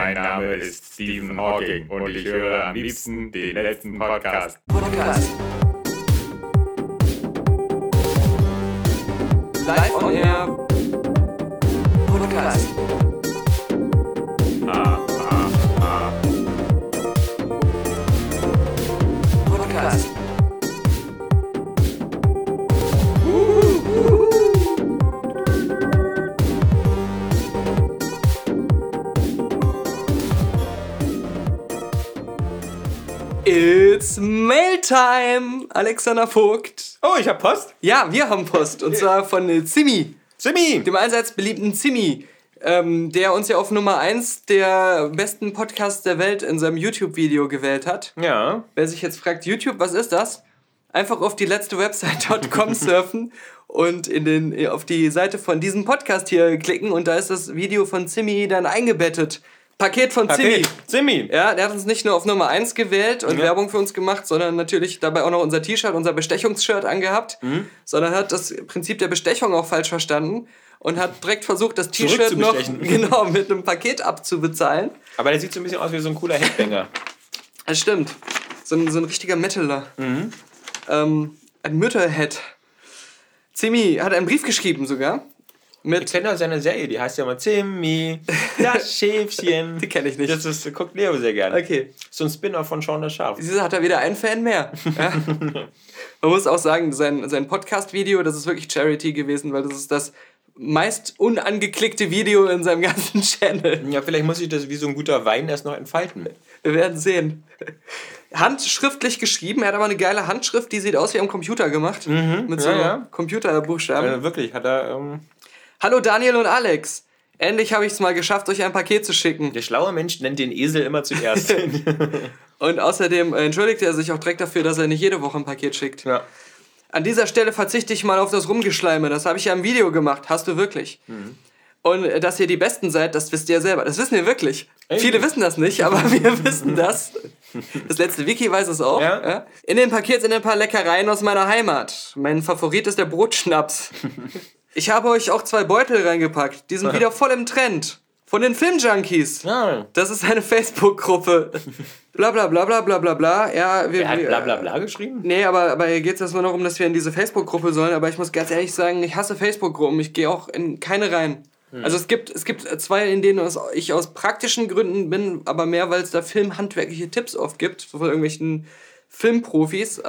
Mein Name ist Stephen Hawking und ich höre am liebsten den letzten Podcast. Live on Air Podcast. Podcast. It's Mailtime, Alexander Vogt. Oh, ich hab Post? Ja, wir haben Post. Und zwar von Zimmi. Zimmi! Dem allseits beliebten Zimmi. Der uns ja auf Nummer 1 der besten Podcasts der Welt in seinem YouTube-Video gewählt hat. Ja. Wer sich jetzt fragt, YouTube, was ist das? Einfach auf die letzte Website.com surfen und auf die Seite von diesem Podcast hier klicken und da ist das Video von Zimmi dann eingebettet. Paket von Zimmi. Zimmi. Ja, der hat uns nicht nur auf Nummer 1 gewählt und Werbung für uns gemacht, sondern natürlich dabei auch noch unser T-Shirt, unser Bestechungsshirt angehabt, sondern hat das Prinzip der Bestechung auch falsch verstanden und hat direkt versucht, das T-Shirt noch mit einem Paket abzubezahlen. Aber der sieht so ein bisschen aus wie so ein cooler Headbanger. Das stimmt. So ein richtiger Metaler. Ein Metalhead. Zimmi hat einen Brief geschrieben sogar. Ich kenne auch seine Serie, die heißt ja immer Zimmi, das Schäfchen. Die kenne ich nicht. Das guckt Leo sehr gerne. Okay. So ein Spin-off von Shaun das Schaf. Dieses hat er wieder einen Fan mehr. Ja. Man muss auch sagen, sein Podcast-Video, das ist wirklich Charity gewesen, weil das ist das meist unangeklickte Video in seinem ganzen Channel. Ja, vielleicht muss ich das wie so ein guter Wein erst noch entfalten. Wir werden sehen. Handschriftlich geschrieben, er hat aber eine geile Handschrift, die sieht aus wie am Computer gemacht. Mit so Computerbuchstaben. Wirklich, hat er... Hallo Daniel und Alex. Endlich habe ich es mal geschafft, euch ein Paket zu schicken. Der schlaue Mensch nennt den Esel immer zuerst. Und außerdem entschuldigt er sich auch direkt dafür, dass er nicht jede Woche ein Paket schickt. Ja. An dieser Stelle verzichte ich mal auf das Rumgeschleime. Das habe ich ja im Video gemacht. Hast du wirklich. Und dass ihr die Besten seid, das wisst ihr selber. Das wissen wir wirklich. Viele wissen das nicht, aber wir wissen das. Das letzte Wiki weiß es auch. Ja. In dem Paket sind ein paar Leckereien aus meiner Heimat. Mein Favorit ist der Brotschnaps. Ich habe euch auch 2 Beutel reingepackt. Die sind wieder voll im Trend. Von den Filmjunkies. Ja. Das ist eine Facebook-Gruppe. Bla bla bla bla bla bla bla. Ja, er hat bla bla bla geschrieben? Nee, aber hier geht es erstmal darum, dass wir in diese Facebook-Gruppe sollen. Aber ich muss ganz ehrlich sagen, ich hasse Facebook-Gruppen. Ich gehe auch in keine rein. Also es gibt 2, in denen ich aus praktischen Gründen bin, aber mehr, weil es da filmhandwerkliche Tipps oft gibt. Von irgendwelchen Filmprofis.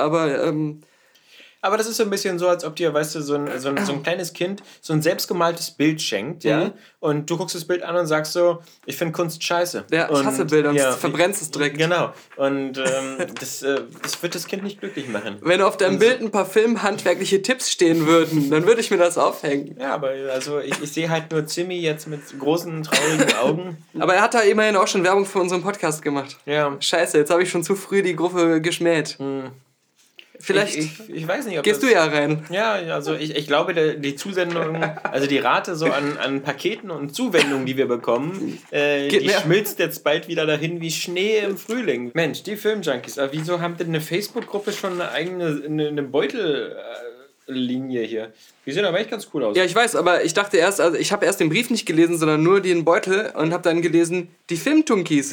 Aber das ist so ein bisschen so, als ob dir, weißt du, so ein kleines Kind so ein selbstgemaltes Bild schenkt, ja, und du guckst das Bild an und sagst so, ich finde Kunst scheiße. Ja, ich hasse Bilder und verbrennst es direkt. Genau, und das wird das Kind nicht glücklich machen. Wenn auf deinem Bild ein paar filmhandwerkliche Tipps stehen würden, dann würde ich mir das aufhängen. Ja, aber also ich sehe halt nur Zimmi jetzt mit großen, traurigen Augen. Aber er hat da immerhin auch schon Werbung für unseren Podcast gemacht. Ja. Scheiße, jetzt habe ich schon zu früh die Gruppe geschmäht. Vielleicht ich weiß nicht, ob gehst du ja rein. Ja, also ich glaube, die Zusendung, also die Rate so an Paketen und Zuwendungen, die wir bekommen, die schmilzt jetzt bald wieder dahin wie Schnee im Frühling. Mensch, die Filmjunkies, aber wieso haben denn eine Facebook-Gruppe schon eine eigene eine Beutellinie hier? Die sehen aber echt ganz cool aus. Ja, ich weiß, aber ich dachte erst, also ich habe erst den Brief nicht gelesen, sondern nur den Beutel und habe dann gelesen, die Filmtunkies.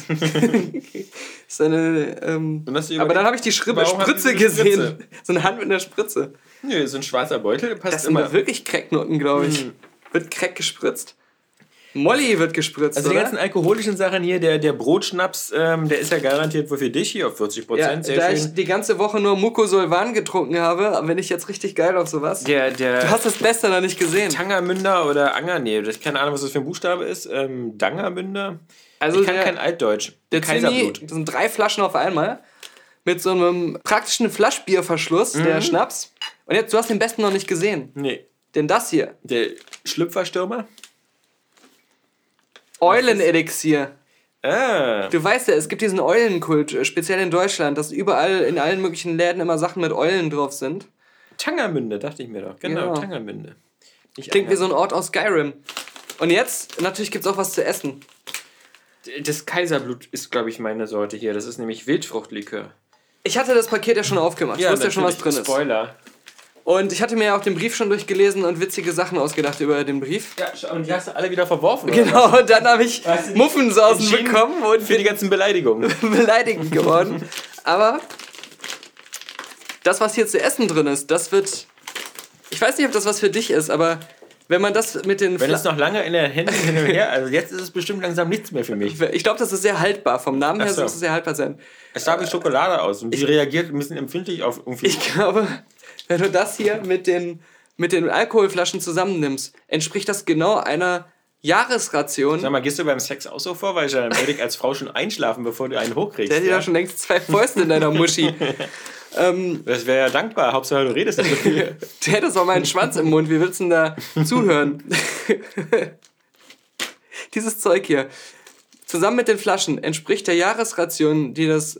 Ist eine, aber dann habe ich die Spritze gesehen. So eine Hand mit einer Spritze. Nö, so ein schwarzer Beutel passt das immer. Das sind wirklich Cracknoten, glaube ich. Wird Crack gespritzt. Molly wird gespritzt, also die ganzen alkoholischen Sachen hier, der Brotschnaps, der ist ja garantiert wohl für dich hier auf 40%. Ja, sehr da schön. Ich die ganze Woche nur Mucosolvan getrunken habe, bin ich jetzt richtig geil auf sowas. Du hast das Beste noch nicht gesehen. Tangermünder oder Anger, nee, keine Ahnung, was das für ein Buchstabe ist. Dangermünder? Also ich kann kein Altdeutsch. Der Kaiserblut. Das sind 3 Flaschen auf einmal mit so einem praktischen Flaschbierverschluss, der Schnaps. Und jetzt, du hast den besten noch nicht gesehen. Nee. Denn das hier. Der Schlüpferstürmer? Eulenelixier. Ah. Du weißt ja, es gibt diesen Eulenkult, speziell in Deutschland, dass überall in allen möglichen Läden immer Sachen mit Eulen drauf sind. Tangermünde, dachte ich mir doch. Genau. Tangermünde. Klingt wie so ein Ort aus Skyrim. Und jetzt, natürlich gibt es auch was zu essen. Das Kaiserblut ist, glaube ich, meine Sorte hier. Das ist nämlich Wildfruchtlikör. Ich hatte das Paket ja schon aufgemacht. Ich wusste ja schon, was drin ist. Spoiler. Und ich hatte mir ja auch den Brief schon durchgelesen und witzige Sachen ausgedacht über den Brief. Ja, und die hast du alle wieder verworfen. Genau, und dann habe ich Muffensausen bekommen und für die ganzen Beleidigungen. beleidigend geworden. Aber das, was hier zu essen drin ist, das wird... Ich weiß nicht, ob das was für dich ist, aber wenn man das mit den... Wenn es noch lange in den Händen hin und her... Also jetzt ist es bestimmt langsam nichts mehr für mich. Ich glaube, das ist sehr haltbar. Vom Namen her soll es sehr haltbar sein. Es sah wie Schokolade aus und die reagiert ein bisschen empfindlich auf irgendwie... Ich glaube, wenn du das hier mit den Alkoholflaschen zusammennimmst, entspricht das genau einer Jahresration. Sag mal, gehst du beim Sex auch so vor? Weil dann würde ich als Frau schon einschlafen, bevor du einen hochkriegst. Der hat ja schon längst 2 Fäuste in deiner Muschi. Das wäre ja dankbar. Hauptsache, du redest nicht so viel. Du hättest auch mal einen Schwanz im Mund. Wie willst du denn da zuhören? Dieses Zeug hier. Zusammen mit den Flaschen entspricht der Jahresration, die das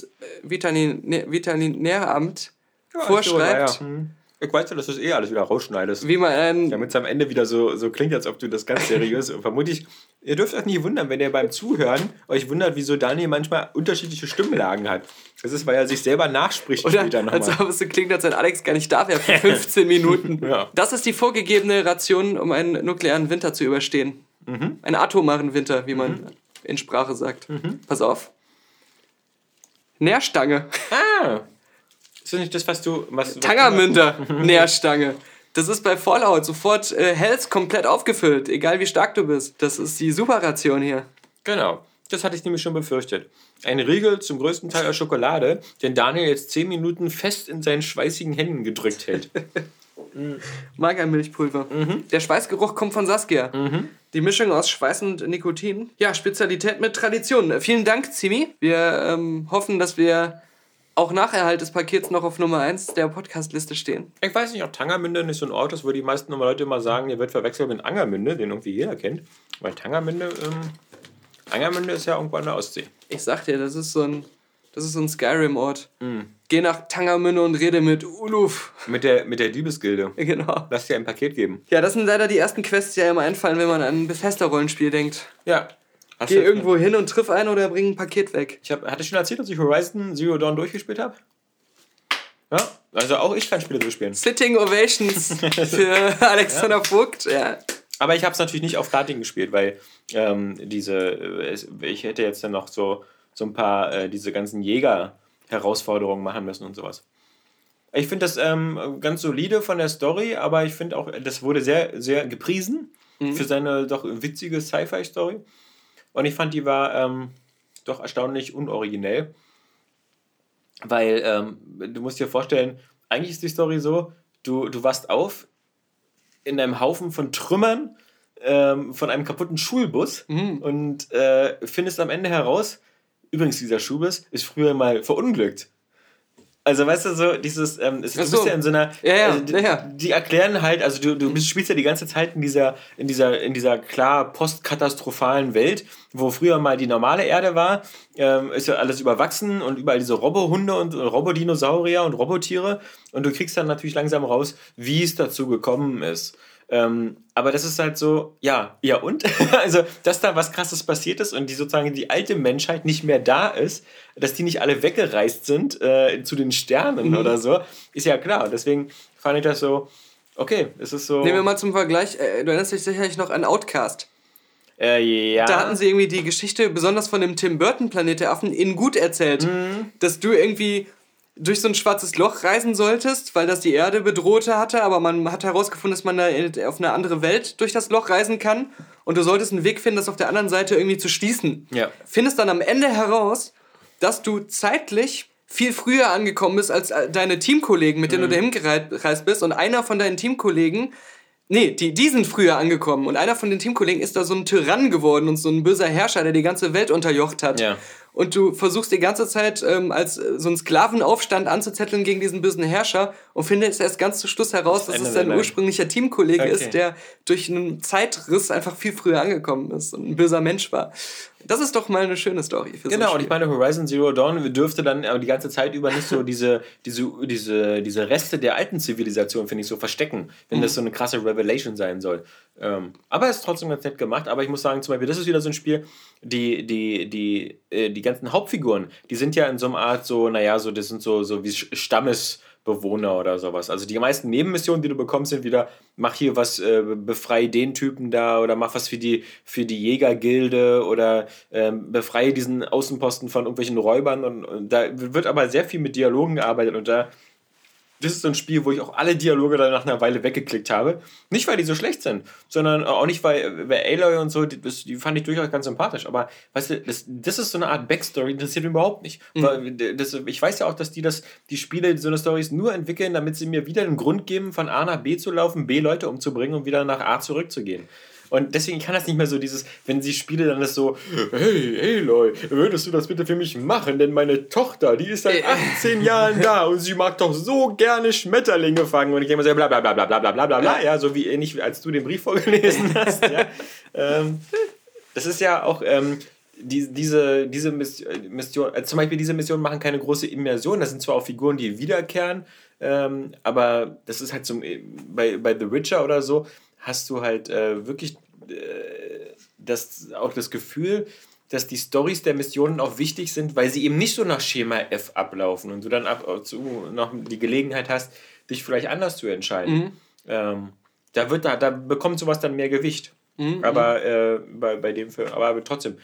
Bundesveterinäramt vorschreibt. Ich weiß ja, dass du es alles wieder rausschneidest. Wie man damit es am Ende wieder so klingt, als ob du das ganz seriös... Und vermutlich, ihr dürft euch nicht wundern, wenn ihr beim Zuhören euch wundert, wieso Daniel manchmal unterschiedliche Stimmlagen hat. Das ist, weil er sich selber nachspricht später nochmal. Als ob es so klingt, als wenn Alex gar nicht da wäre für 15 Minuten. Ja. Das ist die vorgegebene Ration, um einen nuklearen Winter zu überstehen. Einen atomaren Winter, wie man in Sprache sagt. Pass auf. Nährstange. Ist das nicht das, was du... Tangermünder, Nährstange. Das ist bei Fallout sofort Health komplett aufgefüllt, egal wie stark du bist. Das ist die Superration hier. Genau, das hatte ich nämlich schon befürchtet. Ein Riegel zum größten Teil aus Schokolade, den Daniel jetzt 10 Minuten fest in seinen schweißigen Händen gedrückt hält. Magermilchpulver. Der Schweißgeruch kommt von Saskia. Die Mischung aus Schweiß und Nikotin. Ja, Spezialität mit Tradition. Vielen Dank, Zimi. Wir hoffen, dass wir auch nach Erhalt des Pakets noch auf Nummer 1 der Podcast-Liste stehen. Ich weiß nicht, ob Tangermünde nicht so ein Ort ist, wo die meisten Leute immer sagen, der wird verwechselt mit Angermünde, den irgendwie jeder kennt. Weil Tangermünde ist ja irgendwo an der Ostsee. Ich sag dir, das ist so ein Skyrim-Ort. Geh nach Tangermünde und rede mit Uluf. Mit der Diebesgilde. Genau. Lass dir ein Paket geben. Ja, das sind leider die ersten Quests, die einem einfallen, wenn man an ein Bethesda-Rollenspiel denkt. Ja. Geh irgendwo hin und triff einen oder bring ein Paket weg. Hatte ich schon erzählt, dass ich Horizon Zero Dawn durchgespielt habe? Ja, also auch ich kann Spiele durchspielen. Sitting Ovations für Alexander Vogt, ja. Aber ich habe es natürlich nicht auf Starting gespielt, weil ich hätte jetzt dann noch so ein paar diese ganzen Jäger-Herausforderungen machen müssen und sowas. Ich finde das ganz solide von der Story, aber ich finde auch, das wurde sehr, sehr gepriesen für seine doch witzige Sci-Fi-Story. Und ich fand, die war doch erstaunlich unoriginell. Weil du musst dir vorstellen, eigentlich ist die Story so, du wachst auf in einem Haufen von Trümmern von einem kaputten Schulbus und findest am Ende heraus, übrigens dieser Schulbus ist früher mal verunglückt. Also weißt du, so dieses, du bist ja in so einer, die erklären halt, also du spielst ja die ganze Zeit in dieser klar postkatastrophalen Welt, wo früher mal die normale Erde war, ist ja alles überwachsen und überall diese Robohunde und Robodinosaurier und Robotiere und du kriegst dann natürlich langsam raus, wie es dazu gekommen ist. Aber das ist halt so, ja und? Also, dass da was Krasses passiert ist und die alte Menschheit nicht mehr da ist, dass die nicht alle weggereist sind zu den Sternen oder so, ist ja klar. Deswegen fand ich das so, okay, es ist so... Nehmen wir mal zum Vergleich, du erinnerst dich sicherlich noch an Outcast. Ja. Da hatten sie irgendwie die Geschichte, besonders von dem Tim Burton Planet der Affen, in gut erzählt, dass du irgendwie durch so ein schwarzes Loch reisen solltest, weil das die Erde bedrohte hatte, aber man hat herausgefunden, dass man da auf eine andere Welt durch das Loch reisen kann und du solltest einen Weg finden, das auf der anderen Seite irgendwie zu schließen. Ja. Findest dann am Ende heraus, dass du zeitlich viel früher angekommen bist als deine Teamkollegen, mit denen du dahin gereist bist und einer von deinen Teamkollegen, die sind früher angekommen und einer von den Teamkollegen ist da so ein Tyrann geworden und so ein böser Herrscher, der die ganze Welt unterjocht hat. Ja. Und du versuchst die ganze Zeit als so einen Sklavenaufstand anzuzetteln gegen diesen bösen Herrscher und findest erst ganz zum Schluss heraus, dass es dein ursprünglicher Teamkollege ist, der durch einen Zeitriss einfach viel früher angekommen ist und ein böser Mensch war. Das ist doch mal eine schöne Story für so ein Genau, Spiel. und ich meine, Horizon Zero Dawn dürfte dann die ganze Zeit über nicht so diese Reste der alten Zivilisation, finde ich, so verstecken, wenn das so eine krasse Revelation sein soll. Aber es ist trotzdem ganz nett gemacht. Aber ich muss sagen, zum Beispiel, das ist wieder so ein Spiel, die ganzen Hauptfiguren, die sind ja in so einer Art so, das sind so wie Bewohner oder sowas. Also die meisten Nebenmissionen, die du bekommst, sind wieder, mach hier was, befreie den Typen da oder mach was für die Jägergilde oder befreie diesen Außenposten von irgendwelchen Räubern und da wird aber sehr viel mit Dialogen gearbeitet und das ist so ein Spiel, wo ich auch alle Dialoge dann nach einer Weile weggeklickt habe. Nicht, weil die so schlecht sind, sondern auch nicht, weil Aloy und so, die fand ich durchaus ganz sympathisch. Aber, weißt du, das ist so eine Art Backstory, die interessiert mich überhaupt nicht. Weil ich weiß ja auch, dass die Spiele so eine Storys nur entwickeln, damit sie mir wieder einen Grund geben, von A nach B zu laufen, B Leute umzubringen und wieder nach A zurückzugehen. Und deswegen kann das nicht mehr so wenn sie Spiele dann das so, hey Aloy, würdest du das bitte für mich machen? Denn meine Tochter, die ist seit 18 Jahren da und sie mag doch so gerne Schmetterlinge fangen. Und ich denke mir so, bla bla bla bla bla bla bla bla, ja, so wie ähnlich, als du den Brief vorgelesen hast. Ja. Das ist ja auch, diese Mission, zum Beispiel diese Missionen machen keine große Immersion, das sind zwar auch Figuren, die wiederkehren, aber das ist halt bei The Witcher oder so, hast du halt wirklich das Gefühl, dass die Storys der Missionen auch wichtig sind, weil sie eben nicht so nach Schema F ablaufen und du dann noch die Gelegenheit hast, dich vielleicht anders zu entscheiden. Da bekommt sowas dann mehr Gewicht. Aber bei dem Film, aber trotzdem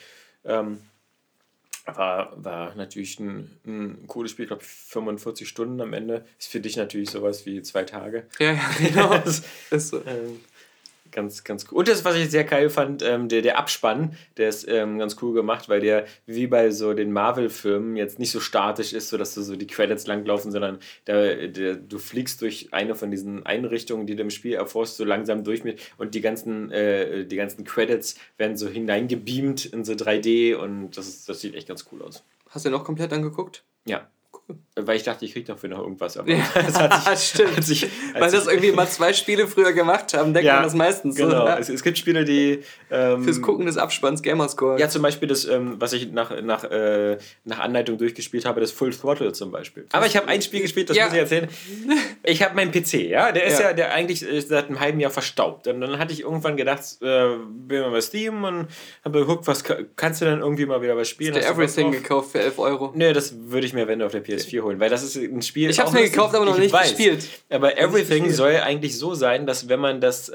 war natürlich ein cooles Spiel, ich glaube 45 Stunden am Ende. Ist für dich natürlich sowas wie 2 Tage. Ja, genau. Das ist so. Ganz, ganz cool. Und das, was ich sehr geil fand, der Abspann, der ist ganz cool gemacht, weil der wie bei so den Marvel-Filmen jetzt nicht so statisch ist, sodass du so die Credits langlaufen, sondern du fliegst durch eine von diesen Einrichtungen, die du im Spiel erforschst, so langsam durch und die ganzen Credits werden so hineingebeamt in so 3D und das sieht echt ganz cool aus. Hast du den auch komplett angeguckt? Ja. Weil ich dachte, ich krieg dafür noch irgendwas. Aber ja, stimmt. Weil das irgendwie mal 2 Spiele früher gemacht haben, denkt man das meistens. Genau. So, es gibt Spiele, die... fürs Gucken des Abspanns Gamerscore. Ja, zum Beispiel das, was ich nach Anleitung durchgespielt habe, das Full Throttle zum Beispiel. Aber ich habe ein Spiel gespielt, das muss ich erzählen. Ich habe meinen PC, ja, der ist der eigentlich seit einem halben Jahr verstaubt. Und dann hatte ich irgendwann gedacht, bin mal bei Steam und habe geguckt, was kannst du denn irgendwie mal wieder was spielen? Hast du Everything gekauft für 11 Euro? Nee, das würde ich mir, wenn, auf der PS4 holen, weil das ist ein Spiel... Ich habe es mir gekauft, aber noch nicht gespielt. Aber Everything soll eigentlich so sein, dass wenn man das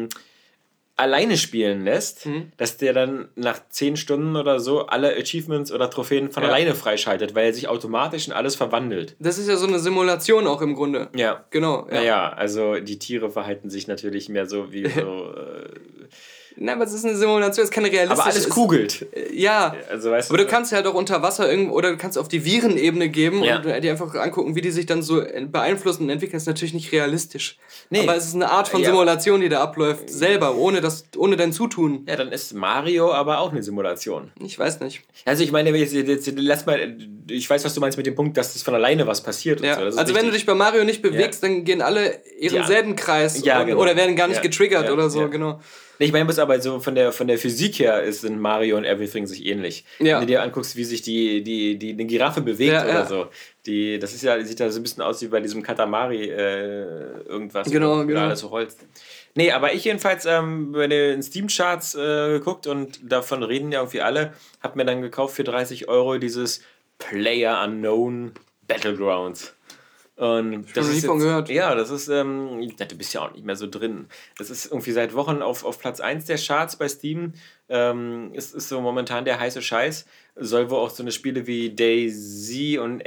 alleine spielen lässt, dass der dann nach 10 Stunden oder so alle Achievements oder Trophäen von alleine freischaltet, weil er sich automatisch in alles verwandelt. Das ist ja so eine Simulation auch im Grunde. Ja. Genau. Ja. Naja, also die Tiere verhalten sich natürlich mehr so wie so... Nein, aber es ist eine Simulation, es ist keine realistische... Aber alles kugelt. Ja, also, weißt du, aber du kannst halt auch unter Wasser oder du kannst auf die Virenebene geben und dir einfach angucken, wie die sich dann so beeinflussen und entwickeln. Das ist natürlich nicht realistisch. Nee. Aber es ist eine Art von Simulation, die da abläuft, selber, ohne dein Zutun. Ja, dann ist Mario aber auch eine Simulation. Ich weiß nicht. Also ich meine, lass mal, ich weiß, was du meinst mit dem Punkt, dass das von alleine was passiert. Ja. Und so. Also wenn du dich bei Mario nicht bewegst, dann gehen alle ihren selben Kreis oder werden gar nicht getriggert oder so, genau. Ich meine, aber so von der Physik her sind Mario und Everything sich ähnlich. Ja. Wenn du dir anguckst, wie sich die eine Giraffe bewegt oder so. Das ist sieht ja so ein bisschen aus wie bei diesem Katamari irgendwas. Genau. Alles so Holz. Nee, aber ich jedenfalls bei den Steam-Charts geguckt und davon reden ja irgendwie alle. Hab mir dann gekauft für 30 Euro dieses PlayerUnknown Battlegrounds. Und das ist von gehört. Ja, das ist, du bist ja auch nicht mehr so drin. Das ist irgendwie seit Wochen auf Platz 1 der Charts bei Steam. Ist so momentan der heiße Scheiß. Soll wohl auch so eine Spiele wie DayZ und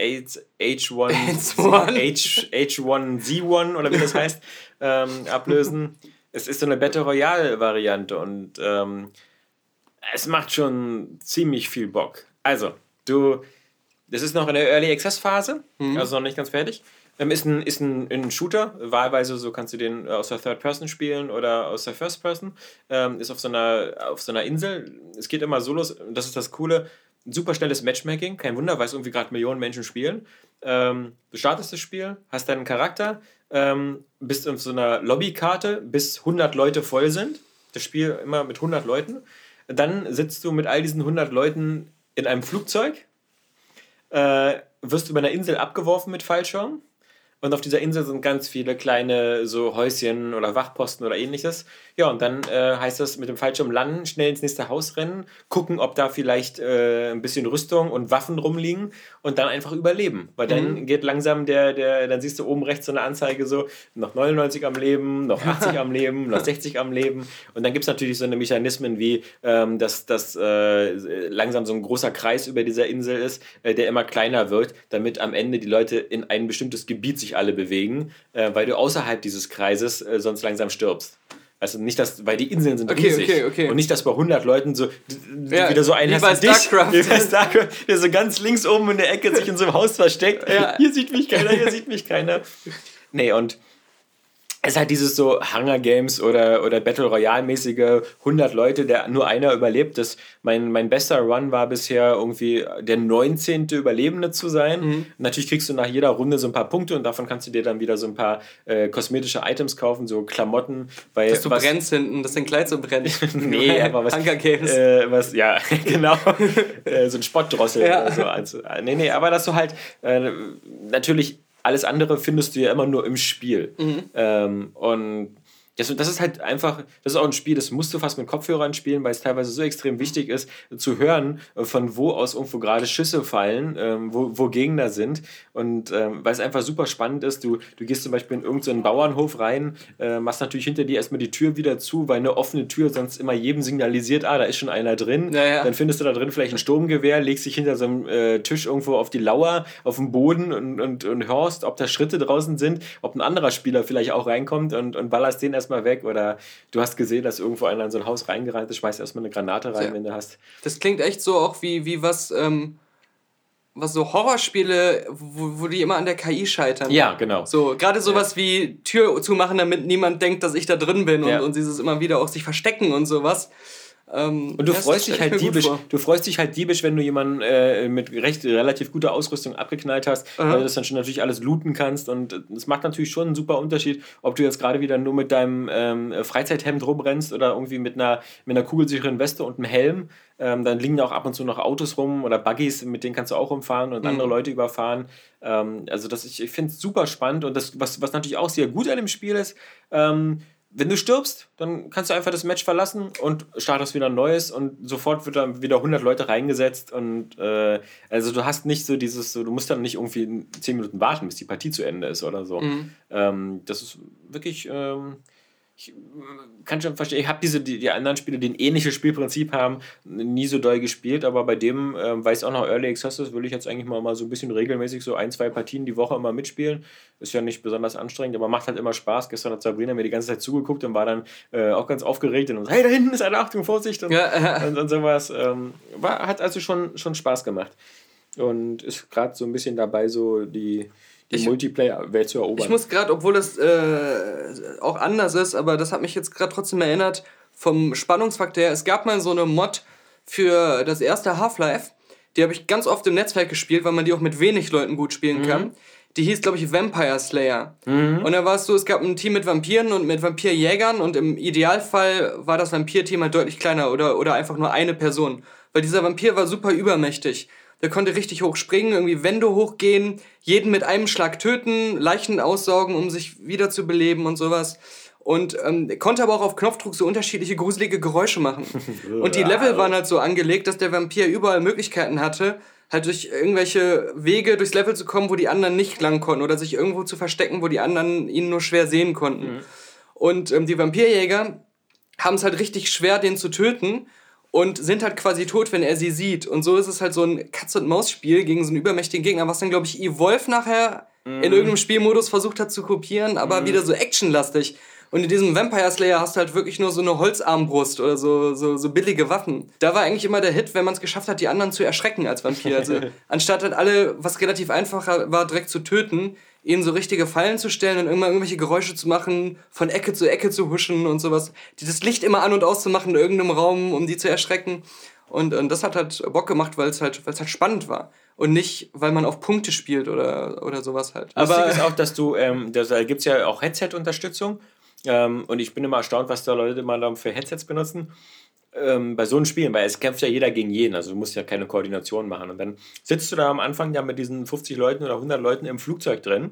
H1Z1 oder wie das heißt, ablösen. Es ist so eine Battle Royale Variante und es macht schon ziemlich viel Bock. Also, das ist noch in der Early Access Phase, also noch nicht ganz fertig. Ist ein Shooter, wahlweise so kannst du den aus der Third Person spielen oder aus der First Person. Ist auf so einer Insel. Es geht immer so los, das ist das Coole. Super schnelles Matchmaking, kein Wunder, weil es irgendwie gerade Millionen Menschen spielen. Du startest das Spiel, hast deinen Charakter, bist auf so einer Lobbykarte, bis 100 Leute voll sind. Das Spiel immer mit 100 Leuten. Dann sitzt du mit all diesen 100 Leuten in einem Flugzeug, wirst über einer Insel abgeworfen mit Fallschirm und auf dieser Insel sind ganz viele kleine so Häuschen oder Wachposten oder ähnliches. Ja, und dann heißt das mit dem Fallschirm landen, schnell ins nächste Haus rennen, gucken, ob da vielleicht ein bisschen Rüstung und Waffen rumliegen und dann einfach überleben. Weil dann geht langsam dann siehst du oben rechts so eine Anzeige so, noch 99 am Leben, noch 80 am Leben, noch 60 am Leben. Und dann gibt es natürlich so eine Mechanismen wie, dass langsam so ein großer Kreis über dieser Insel ist, der immer kleiner wird, damit am Ende die Leute in ein bestimmtes Gebiet sich alle bewegen, weil du außerhalb dieses Kreises sonst langsam stirbst. Also nicht, weil die Inseln sind riesig. Okay. Und nicht, dass bei 100 Leuten so wieder so ein hast wie bei StarCraft, der so ganz links oben in der Ecke sich in so einem Haus versteckt. Ja. Hier sieht mich keiner. Nee, und es ist halt dieses so Hunger Games oder Battle Royale mäßige 100 Leute, der nur einer überlebt. Mein bester Run war bisher irgendwie der 19. Überlebende zu sein. Natürlich kriegst du nach jeder Runde so ein paar Punkte und davon kannst du dir dann wieder so ein paar kosmetische Items kaufen, so Klamotten. Dass du brennst hinten, dass dein Kleid so brennt. Nee, aber was... Hunger Games. Ja, genau. So ein Spottdrossel oder so. Also, nee, aber dass du halt natürlich... Alles andere findest du ja immer nur im Spiel. Und das ist halt einfach, das ist auch ein Spiel, das musst du fast mit Kopfhörern spielen, weil es teilweise so extrem wichtig ist, zu hören, von wo aus irgendwo gerade Schüsse fallen, wo Gegner sind. Und weil es einfach super spannend ist, du gehst zum Beispiel in irgendeinen Bauernhof rein, machst natürlich hinter dir erstmal die Tür wieder zu, weil eine offene Tür sonst immer jedem signalisiert, da ist schon einer drin. Ja. Dann findest du da drin vielleicht ein Sturmgewehr, legst dich hinter so einem Tisch irgendwo auf die Lauer, auf dem Boden und hörst, ob da Schritte draußen sind, ob ein anderer Spieler vielleicht auch reinkommt und ballerst den erstmal weg, oder du hast gesehen, dass irgendwo einer in so ein Haus reingerannt ist, schmeißt erstmal eine Granate rein, wenn du hast. Das klingt echt so auch wie was so Horrorspiele, wo die immer an der KI scheitern. Ja, genau. So, gerade sowas wie Tür zumachen, damit niemand denkt, dass ich da drin bin und dieses immer wieder auch sich verstecken und sowas. Und du freust dich halt diebisch, wenn du jemanden mit relativ guter Ausrüstung abgeknallt hast, weil du das dann schon natürlich alles looten kannst, und es macht natürlich schon einen super Unterschied, ob du jetzt gerade wieder nur mit deinem Freizeithemd rumrennst oder irgendwie mit einer kugelsicheren Weste und einem Helm. Dann liegen da auch ab und zu noch Autos rum oder Buggies, mit denen kannst du auch rumfahren und andere Leute überfahren. Also ich finde es super spannend, und das, was natürlich auch sehr gut an dem Spiel ist, wenn du stirbst, dann kannst du einfach das Match verlassen und startest wieder ein neues, und sofort wird dann wieder 100 Leute reingesetzt, und also du hast nicht so du musst dann nicht irgendwie 10 Minuten warten, bis die Partie zu Ende ist oder so. Das ist wirklich... Ich kann schon verstehen, ich habe die anderen Spiele, die ein ähnliches Spielprinzip haben, nie so doll gespielt, aber bei dem, weil es auch noch Early Access ist, will ich jetzt eigentlich mal so ein bisschen regelmäßig so 1-2 Partien die Woche immer mitspielen. Ist ja nicht besonders anstrengend, aber macht halt immer Spaß. Gestern hat Sabrina mir die ganze Zeit zugeguckt und war dann auch ganz aufgeregt und so, hey, da hinten ist eine, Achtung, Vorsicht, und sowas. Hat also schon Spaß gemacht. Und ist gerade so ein bisschen dabei, so die Multiplayer-Welt zu erobern. Ich muss gerade, obwohl das auch anders ist, aber das hat mich jetzt gerade trotzdem erinnert, vom Spannungsfaktor her, es gab mal so eine Mod für das erste Half-Life, die habe ich ganz oft im Netzwerk gespielt, weil man die auch mit wenig Leuten gut spielen kann. Die hieß, glaube ich, Vampire Slayer. Und da war es so, es gab ein Team mit Vampiren und mit Vampirjägern, und im Idealfall war das Vampirteam halt deutlich kleiner oder einfach nur eine Person. Weil dieser Vampir war super übermächtig. Der konnte richtig hoch springen, irgendwie Wände hochgehen, jeden mit einem Schlag töten, Leichen aussaugen, um sich wiederzubeleben und sowas. Und konnte aber auch auf Knopfdruck so unterschiedliche gruselige Geräusche machen. Und die Level waren halt so angelegt, dass der Vampir überall Möglichkeiten hatte, halt durch irgendwelche Wege durchs Level zu kommen, wo die anderen nicht lang konnten, oder sich irgendwo zu verstecken, wo die anderen ihn nur schwer sehen konnten. Und die Vampirjäger haben es halt richtig schwer, den zu töten, und sind halt quasi tot, wenn er sie sieht. Und so ist es halt so ein Katz-und-Maus-Spiel gegen so einen übermächtigen Gegner, was dann, glaube ich, Evolve nachher in irgendeinem Spielmodus versucht hat zu kopieren, aber wieder so actionlastig. Und in diesem Vampire Slayer hast du halt wirklich nur so eine Holzarmbrust oder so billige Waffen. Da war eigentlich immer der Hit, wenn man es geschafft hat, die anderen zu erschrecken als Vampir. Also anstatt halt alle, was relativ einfacher war, direkt zu töten, ihnen so richtige Fallen zu stellen und irgendwelche Geräusche zu machen, von Ecke zu huschen und sowas. Das Licht immer an- und auszumachen in irgendeinem Raum, um die zu erschrecken. Und das hat halt Bock gemacht, weil es halt spannend war. Und nicht, weil man auf Punkte spielt oder sowas halt. Aber lustig ist auch, dass da gibt es ja auch Headset-Unterstützung. Und ich bin immer erstaunt, was da Leute mal für Headsets benutzen. Bei so einem Spielen, weil es kämpft ja jeder gegen jeden, also du musst ja keine Koordination machen. Und dann sitzt du da am Anfang ja mit diesen 50 Leuten oder 100 Leuten im Flugzeug drin, und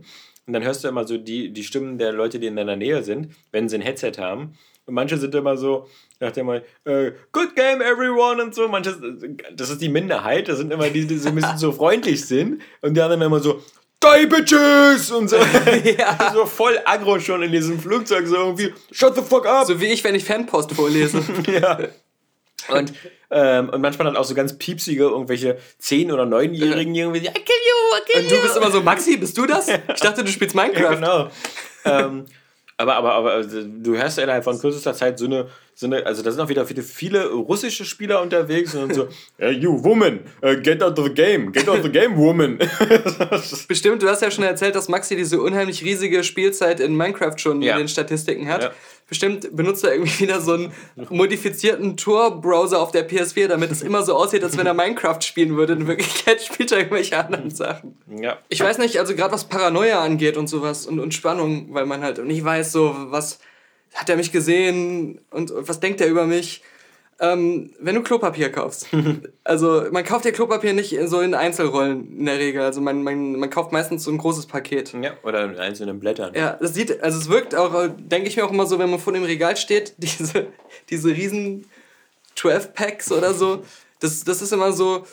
und dann hörst du immer so die Stimmen der Leute, die in deiner Nähe sind, wenn sie ein Headset haben. Und manche sind immer so, sagt er mal, good game everyone und so. Manche, das ist die Minderheit, das sind immer die so ein bisschen so freundlich sind. Und die anderen immer so, die Bitches! Und so. Ja. So voll aggro schon in diesem Flugzeug, so irgendwie, shut the fuck up! So wie ich, wenn ich Fanpost vorlese. Ja. Und manchmal dann auch so ganz piepsige, irgendwelche 10- oder 9-Jährigen irgendwie, I kill you. Und du bist immer so, Maxi, bist du das? Ich dachte, du spielst Minecraft. Ja, genau. Aber du hörst ja innerhalb von kürzester Zeit so eine, also da sind auch wieder viele russische Spieler unterwegs und so, hey, you woman, get out of the game, woman. Bestimmt, du hast ja schon erzählt, dass Maxi diese unheimlich riesige Spielzeit in Minecraft schon in den Statistiken hat. Ja. Bestimmt benutzt er irgendwie wieder so einen modifizierten Tor-Browser auf der PS4, damit es immer so aussieht, als wenn er Minecraft spielen würde. In Wirklichkeit spielt er irgendwelche anderen Sachen. Ja. Ich weiß nicht, also gerade was Paranoia angeht und sowas und Spannung, weil man halt nicht weiß, so, was hat er mich gesehen und was denkt er über mich. Wenn du Klopapier kaufst. Also man kauft ja Klopapier nicht so in Einzelrollen in der Regel. Also man kauft meistens so ein großes Paket. Ja, oder in einzelnen Blättern. Ja, es wirkt auch, denke ich mir auch immer so, wenn man vor dem Regal steht, diese riesen 12-Packs oder so, das ist immer so,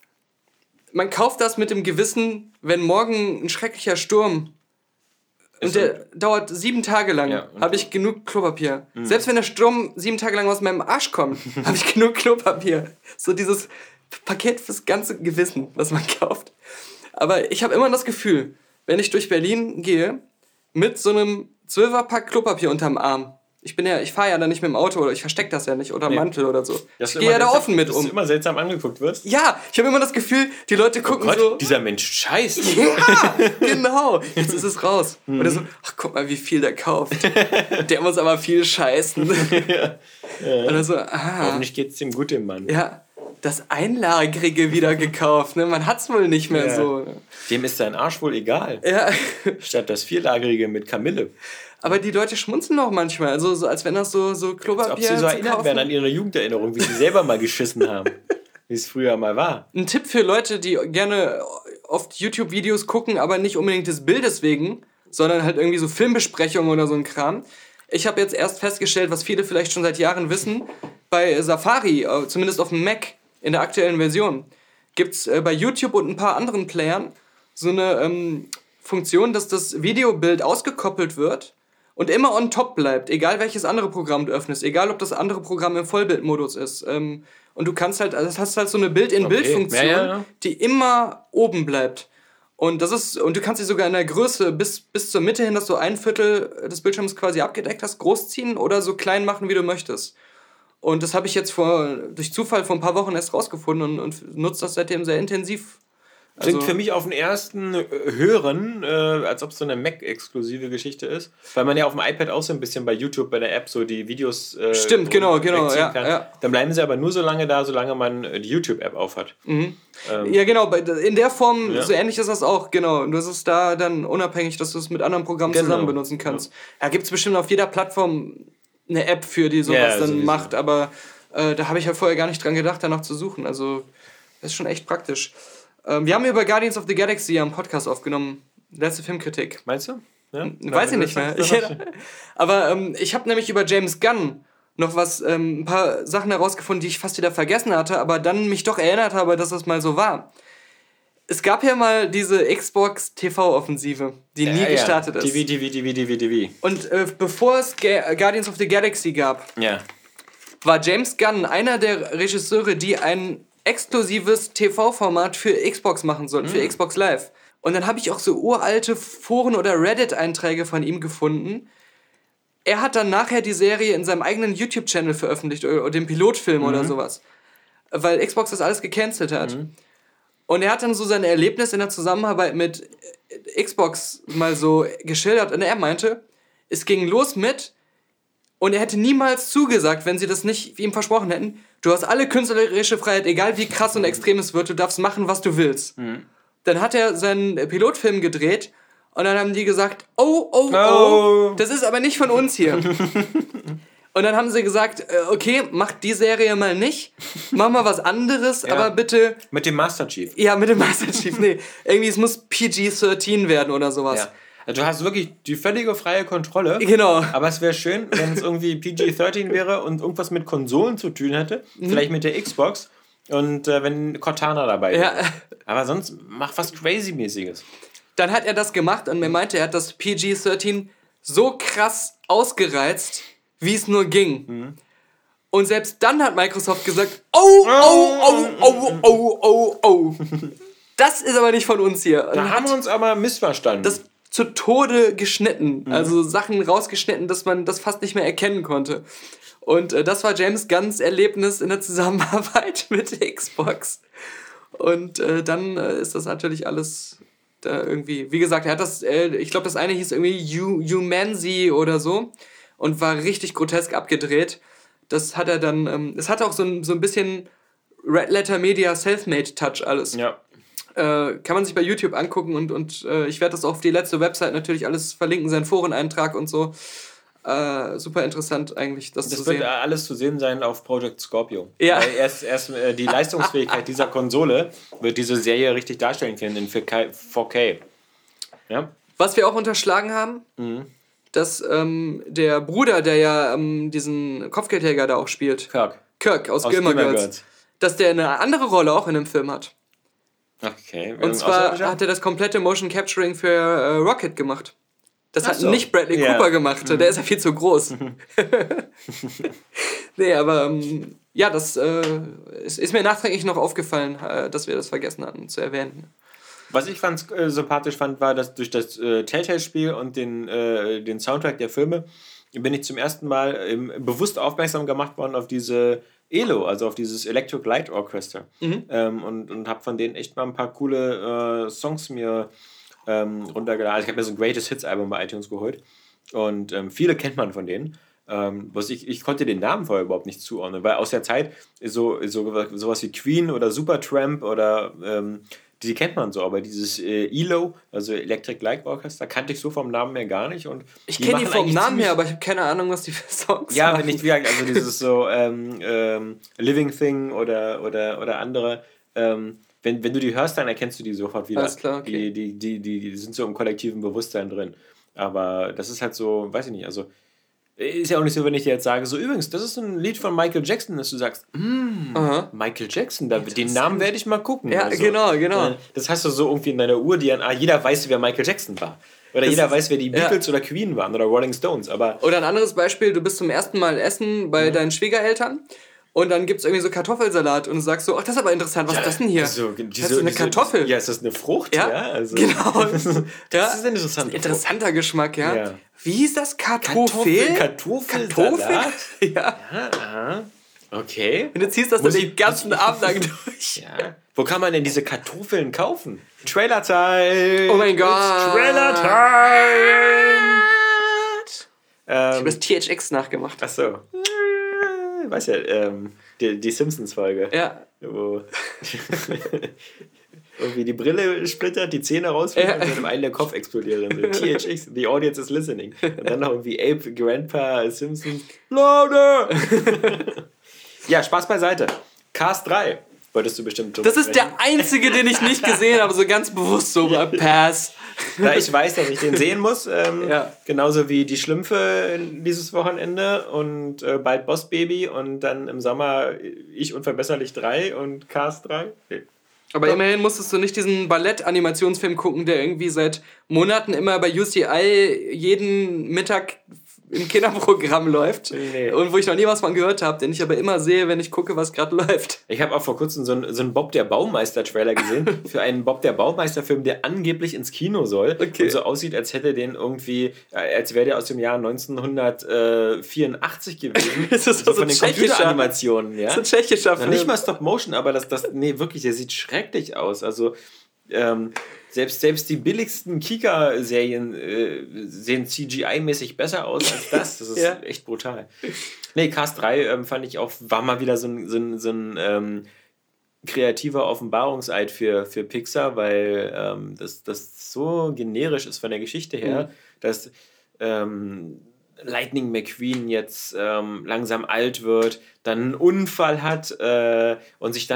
man kauft das mit dem Gewissen, wenn morgen ein schrecklicher Sturm und der dauert 7 Tage lang, habe ich genug Klopapier. Mhm. Selbst wenn der Sturm 7 Tage lang aus meinem Arsch kommt, habe ich genug Klopapier. So dieses Paket fürs ganze Gewissen, was man kauft. Aber ich habe immer das Gefühl, wenn ich durch Berlin gehe, mit so einem 12er-Pack Klopapier unterm Arm. Ich fahre ja da nicht mit dem Auto oder ich verstecke das ja nicht oder Mantel oder so. Ich gehe ja da offen mit um. Dass du immer seltsam angeguckt wirst? Ja, ich habe immer das Gefühl, die Leute gucken Gott, so. Dieser Mensch scheißt. Ja, genau. Jetzt ist es raus. Oder so, ach guck mal, wie viel der kauft. Der muss aber viel scheißen. Ja. Oder so, Hoffentlich geht's dem gut, dem Mann. Ja, das Einlagerige wieder gekauft. Ne? Man hat's wohl nicht mehr so. Dem ist sein Arsch wohl egal. Ja. Statt das Vierlagerige mit Kamille. Aber die Leute schmunzeln auch manchmal, also so, als wenn das so Klopapier als ob sie so erinnert werden an ihre Jugenderinnerung, wie sie selber mal geschissen haben, wie es früher mal war. Ein Tipp für Leute, die gerne oft YouTube-Videos gucken, aber nicht unbedingt des Bildes wegen, sondern halt irgendwie so Filmbesprechungen oder so ein Kram. Ich habe jetzt erst festgestellt, was viele vielleicht schon seit Jahren wissen, bei Safari, zumindest auf dem Mac, in der aktuellen Version, gibt es bei YouTube und ein paar anderen Playern so eine Funktion, dass das Videobild ausgekoppelt wird und immer on top bleibt, egal welches andere Programm du öffnest, egal ob das andere Programm im Vollbildmodus ist. Und du kannst halt, also das hast halt so eine Bild-in-Bild-Funktion, die immer oben bleibt. Und du kannst sie sogar in der Größe bis zur Mitte hin, dass du 1/4 des Bildschirms quasi abgedeckt hast, großziehen oder so klein machen, wie du möchtest. Und das habe ich jetzt durch Zufall vor ein paar Wochen erst rausgefunden und nutze das seitdem sehr intensiv. Klingt für mich auf den ersten Hören, als ob es so eine Mac-exklusive Geschichte ist. Weil man ja auf dem iPad auch so ein bisschen bei YouTube, bei der App, so die Videos stimmt, genau, ja. Dann bleiben sie aber nur so lange da, solange man die YouTube-App aufhat. Mhm. Ja, genau, in der Form, so ähnlich ist das auch, genau. Du hast es da dann unabhängig, dass du es mit anderen Programmen zusammen benutzen kannst. Ja, gibt es bestimmt auf jeder Plattform eine App für, die sowas dann macht, aber da habe ich ja vorher gar nicht dran gedacht, danach zu suchen. Also, das ist schon echt praktisch. Wir haben über Guardians of the Galaxy einen Podcast aufgenommen. Letzte Filmkritik. Meinst du? Ja? Weiß ich nicht mehr. Aber ich habe nämlich über James Gunn noch ein paar Sachen herausgefunden, die ich fast wieder vergessen hatte, aber dann mich doch erinnert habe, dass das mal so war. Es gab ja mal diese Xbox TV-Offensive, die nie gestartet ist. TV. Und bevor es Guardians of the Galaxy gab, war James Gunn einer der Regisseure, die ein exklusives TV-Format für Xbox machen sollten, für Xbox Live. Und dann habe ich auch so uralte Foren- oder Reddit-Einträge von ihm gefunden. Er hat dann nachher die Serie in seinem eigenen YouTube-Channel veröffentlicht oder den Pilotfilm oder sowas. Weil Xbox das alles gecancelt hat. Und er hat dann so sein Erlebnis in der Zusammenarbeit mit Xbox mal so geschildert. Und er meinte, es ging los mit, und er hätte niemals zugesagt, wenn sie das nicht ihm versprochen hätten, du hast alle künstlerische Freiheit, egal wie krass und extrem es wird, du darfst machen, was du willst. Dann hat er seinen Pilotfilm gedreht und dann haben die gesagt, oh, das ist aber nicht von uns hier. Und dann haben sie gesagt, okay, mach die Serie mal nicht, mach mal was anderes, aber bitte... Mit dem Master Chief. Ja, mit dem Master Chief, nee. Irgendwie, es muss PG-13 werden oder sowas. Ja. Also du hast wirklich die völlige freie Kontrolle. Genau. Aber es wäre schön, wenn es irgendwie PG-13 wäre und irgendwas mit Konsolen zu tun hätte. Vielleicht mit der Xbox. Und wenn Cortana dabei wäre. Ja. Aber sonst mach was Crazy-mäßiges. Dann hat er das gemacht und er meinte, er hat das PG-13 so krass ausgereizt, wie es nur ging. Und selbst dann hat Microsoft gesagt, oh. Das ist aber nicht von uns hier. Da haben wir uns aber missverstanden. Das zu Tode geschnitten. Also Sachen rausgeschnitten, dass man das fast nicht mehr erkennen konnte. Und das war James Gunns Erlebnis in der Zusammenarbeit mit der Xbox. Und dann ist das natürlich alles da irgendwie... Wie gesagt, er hat das... ich glaube, das eine hieß irgendwie Humancy oder so. Und war richtig grotesk abgedreht. Das hat er dann... es hatte auch so ein bisschen Red Letter Media Selfmade Touch alles. Ja. Kann man sich bei YouTube angucken und ich werde das auf die letzte Website natürlich alles verlinken, seinen Foreneintrag und so. Super interessant eigentlich, das zu sehen. Das wird alles zu sehen sein auf Project Scorpio. Ja. Weil erst die Leistungsfähigkeit dieser Konsole wird diese Serie richtig darstellen können in 4K. Ja? Was wir auch unterschlagen haben, dass der Bruder, der ja diesen Kopfgeldjäger da auch spielt, Kirk aus Gilmore Girls, dass der eine andere Rolle auch in dem Film hat. Okay. Und zwar hat er das komplette Motion Capturing für Rocket gemacht. Das hat nicht Bradley Cooper gemacht, der ist ja viel zu groß. Nee, aber ja, das ist mir nachträglich noch aufgefallen, dass wir das vergessen hatten zu erwähnen. Was ich sympathisch fand, war, dass durch das Telltale-Spiel und den Soundtrack der Filme bin ich zum ersten Mal bewusst aufmerksam gemacht worden auf diese ELO, also auf dieses Electric Light Orchestra. Und habe von denen echt mal ein paar coole Songs mir runtergeladen. Also ich habe mir so ein Greatest Hits Album bei iTunes geholt und viele kennt man von denen. Ich konnte den Namen vorher überhaupt nicht zuordnen, weil aus der Zeit sowas wie Queen oder Supertramp oder die kennt man so, aber dieses ELO, also Electric Light Orchestra, kannte ich so vom Namen her gar nicht. Und ich kenne die vom Namen her, aber ich habe keine Ahnung, was die für Songs ja, haben. wenn nicht, also dieses so Living Thing oder andere, wenn du die hörst, dann erkennst du die sofort wieder. Alles klar, okay. Die sind so im kollektiven Bewusstsein drin. Aber das ist halt so, weiß ich nicht, also ist ja auch nicht so, wenn ich dir jetzt sage, so übrigens, das ist ein Lied von Michael Jackson, dass du sagst, Michael Jackson, den Namen werde ich mal gucken. Ja, also, genau. Das hast du so irgendwie in deiner Uhr, jeder weiß, wer Michael Jackson war. Oder jeder weiß, wer die Beatles oder Queen waren oder Rolling Stones. Oder ein anderes Beispiel, du bist zum ersten Mal essen bei deinen Schwiegereltern und dann gibt es irgendwie so Kartoffelsalat und du sagst so, ach, das ist aber interessant, was ist das denn hier? Das ist eine Kartoffel. Ja, ist das eine Frucht? Ja, also, genau. Das ist interessant. Interessanter Geschmack, ja. Wie hieß das? Kartoffel? Kartoffelsalat? Ja. Okay. Und jetzt ziehst das den ganzen Abend lang durch. Ja. Wo kann man denn diese Kartoffeln kaufen? Trailer-Time! Oh mein Gott! Trailer-Time! Ich habe das THX nachgemacht. Achso. Weiß ja, die Simpsons-Folge. Ja. Wo irgendwie die Brille splittert, die Zähne rausfliegen und dann einen der Kopf explodiert. THX, the audience is listening. Und dann noch irgendwie Abe, Grandpa, Simpsons. Louder! Ja, Spaß beiseite. Cars 3 wolltest du bestimmt drüber Das ist der einzige, den ich nicht gesehen habe, so ganz bewusst so Pass. Da ich weiß, dass ich den sehen muss, genauso wie die Schlümpfe dieses Wochenende und bald Boss Baby und dann im Sommer Ich Unverbesserlich 3 und Cars 3. Okay. Aber immerhin musstest du nicht diesen Ballett-Animationsfilm gucken, der irgendwie seit Monaten immer bei UCI jeden Mittag im Kinderprogramm läuft. Nee. Und wo ich noch nie was von gehört habe, den ich aber immer sehe, wenn ich gucke, was gerade läuft. Ich habe auch vor kurzem so einen Bob der Baumeister-Trailer gesehen für einen Bob der Baumeister-Film, der angeblich ins Kino soll und so aussieht, als hätte den irgendwie, als wäre der aus dem Jahr 1984 gewesen. Das ist so von den Computeranimationen. Ja? Das ist ein tschechischer Film. Nicht mal Stop-Motion, aber nee, wirklich, der sieht schrecklich aus. Also, selbst die billigsten Kika-Serien sehen CGI-mäßig besser aus als das. Das ist echt brutal. Nee, Cars 3 fand ich auch, war mal wieder so ein kreativer Offenbarungseid für Pixar, weil das so generisch ist von der Geschichte her, dass Lightning McQueen jetzt langsam alt wird, dann einen Unfall hat und sich dann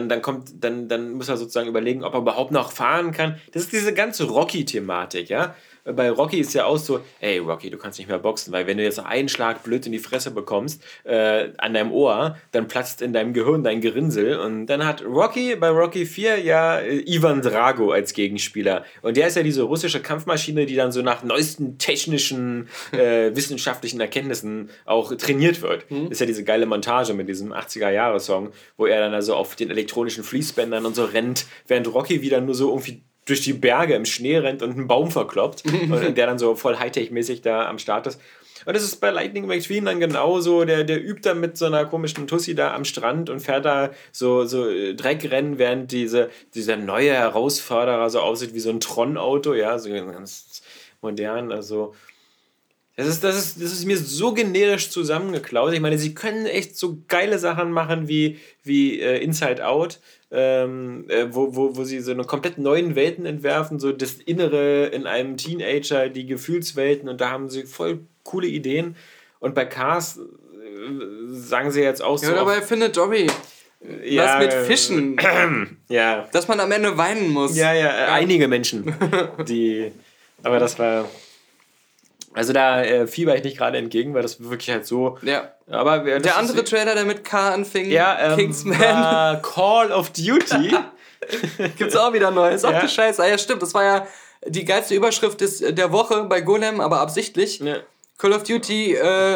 dann muss er sozusagen überlegen, ob er überhaupt noch fahren kann. Das ist diese ganze Rocky-Thematik, ja. bei Rocky ist ja auch so, ey Rocky, du kannst nicht mehr boxen, weil wenn du jetzt noch einen Schlag blöd in die Fresse bekommst, an deinem Ohr, dann platzt in deinem Gehirn dein Gerinnsel. Und dann hat Rocky bei Rocky 4 ja Ivan Drago als Gegenspieler. Und der ist ja diese russische Kampfmaschine, die dann so nach neuesten technischen, wissenschaftlichen Erkenntnissen auch trainiert wird. Das ist ja diese geile Montage mit diesem 80er-Jahre-Song, wo er dann also auf den elektronischen Fließbändern und so rennt, während Rocky wieder nur so irgendwie durch die Berge im Schnee rennt und einen Baum verkloppt und der dann so voll Hightech-mäßig da am Start ist. Und das ist bei Lightning McQueen dann genauso, der übt dann mit so einer komischen Tussi da am Strand und fährt da so Dreckrennen, während dieser neue Herausforderer so aussieht wie so ein Tron-Auto, ja, so ganz modern, also das ist mir so generisch zusammengeklaut. Ich meine, sie können echt so geile Sachen machen wie Inside Out, wo sie so eine komplett neuen Welten entwerfen, so das Innere in einem Teenager, die Gefühlswelten, und da haben sie voll coole Ideen. Und bei Cars sagen sie jetzt auch so... Ja, oder bei Findet Dory. Was mit Fischen. Ja. Dass man am Ende weinen muss. Ja, einige Menschen. Aber das war... Also da fieber ich nicht gerade entgegen, weil das wirklich halt so... Ja. Aber der andere Trailer, der mit K anfing, Kingsman. War Call of Duty. Gibt's auch wieder Neues. Ach du Scheiße. Ah ja, stimmt. Das war ja die geilste Überschrift der Woche bei Golem, aber absichtlich. Ja. Call of Duty